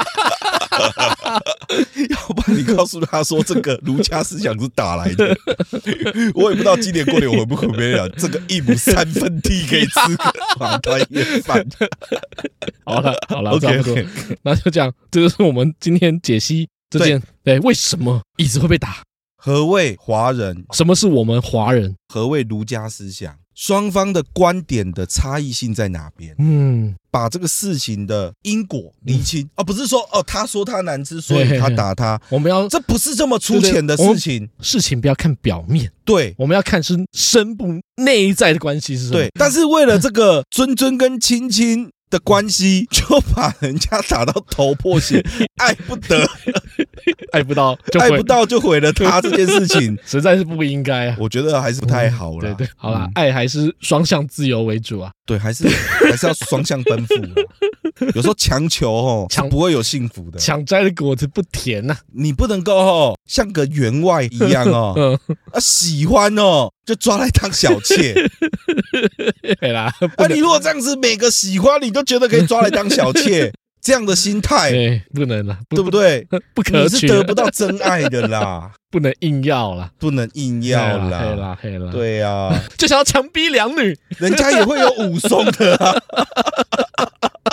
要不然你告诉他说这个儒家思想是打来的，我也不知道今年过年我会不会了。这个一亩三分地可以吃个晚团圆饭。好了， 差不多，那就这样，这就是我们今天解析这件为什么椅子会被打？ 何谓华人？ 什么是我们华人？ 何谓儒家思想？双方的观点的差异性在哪边？把这个事情的因果厘清，不是说他说他难吃，所以他打他。我们要，这不是这么粗浅的事情。 事情不要看表面， 对， 我们要看是深部内在的关系是什么。 对，但是为了这个尊跟亲的关系，就把人家打到头破血，爱不得， 爱不到就毁了他这件事情， 实在是不应该啊。 我觉得还是不太好了。 对，好啦，爱还是双向自由为主啊。 对，还是要双向奔赴。有时候强求不会有幸福的， 抢摘的果子不甜呐。 你不能够像个员外一样喜欢就抓来当小妾。 对啦， 你如果这样子每个喜欢你都觉得可以抓来当小妾，这样的心态不能啦， 对不对？ 不可取， 你是得不到真爱的啦。 不能硬要啦， 黑啦，对啊， 就想要强逼两女， 人家也会有武松的啊。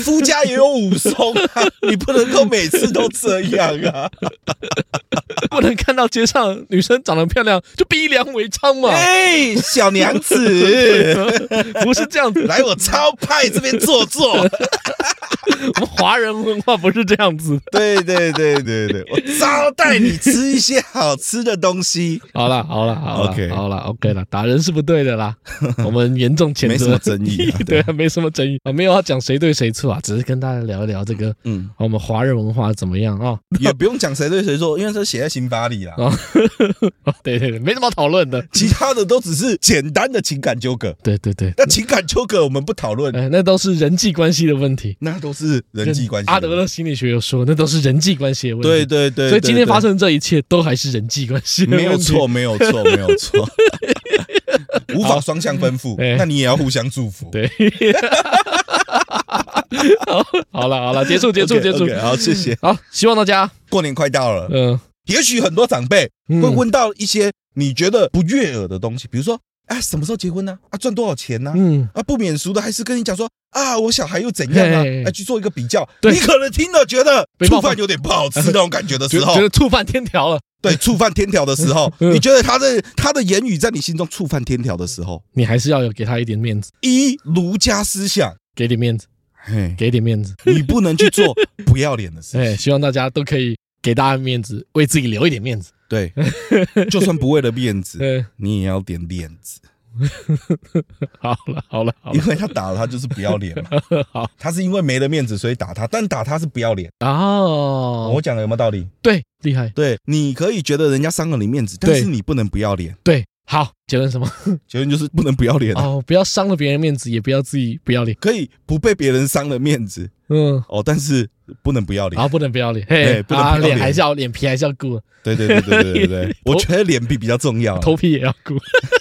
夫家也有武松啊，你不能够每次都这样啊。 不能看到街上女生长得漂亮就逼良为娼嘛？ 哎，小娘子， 不是这样子。 来我超派这边坐坐。 我们华人文化不是这样子。 对，我招待你吃一些好吃的东西。 好了 ，OK 了，打人是不对的啦，我们严重谴责， 没什么争议啊。 对，没什么争议啊，没有要讲谁对谁错啊，只是跟大家聊一聊这个，我们华人文化怎么样啊？ 也不用讲谁对谁错，因为这写在刑法里啦。 对，没什么讨论的， 其他的都只是简单的情感纠葛。 对， 那情感纠葛我们不讨论， 那都是人际关系的问题， 那都是人际关系。 阿德勒心理学有说，那都是人际关系的问题。 对， 所以今天发生这一切都还是人际关系的问题。 没有错。无法双向奔赴，那你也要互相祝福。 对。好了，结束。 好，谢谢。 好，希望大家过年快到了，也许很多长辈会问到一些你觉得不悦耳的东西，比如说，什么时候结婚呢？赚多少钱呢？不免俗的还是跟你讲说，我小孩又怎样啊？去做一个比较，你可能听了觉得触犯有点不好吃那种感觉的时候， 觉得触犯天条了。 对，触犯天条的时候，你觉得他的言语在你心中触犯天条的时候， 你还是要有给他一点面子。 依儒家思想， 给点面子，给点面子， 你不能去做不要脸的事情。 希望大家都可以给大家面子，为自己留一点面子。 对，就算不为了面子，你也要点脸子。 好了， 因为他打了他就是不要脸嘛。好，他是因为没了面子所以打他，但打他是不要脸。我讲的有没有道理？ 对，厉害。 对，你可以觉得人家伤了你面子，但是你不能不要脸。 对，好，结论什么？ 结论就是不能不要脸。 不要伤了别人面子，也不要自己不要脸。 可以不被别人伤了面子，但是不能不要脸。 不能不要脸。 不能不要脸， 脸还是要脸皮还是要顾。 对，我觉得脸皮比较重要， 头皮也要顾。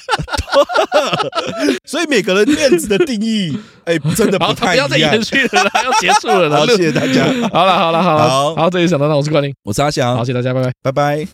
所以每个人面子的定义，真的不太一样。 不要再延续了，要结束了。 好，谢谢大家。 好了，这里想到，我是冠霖， 我是阿翔， 好，谢谢大家，拜拜。 拜拜。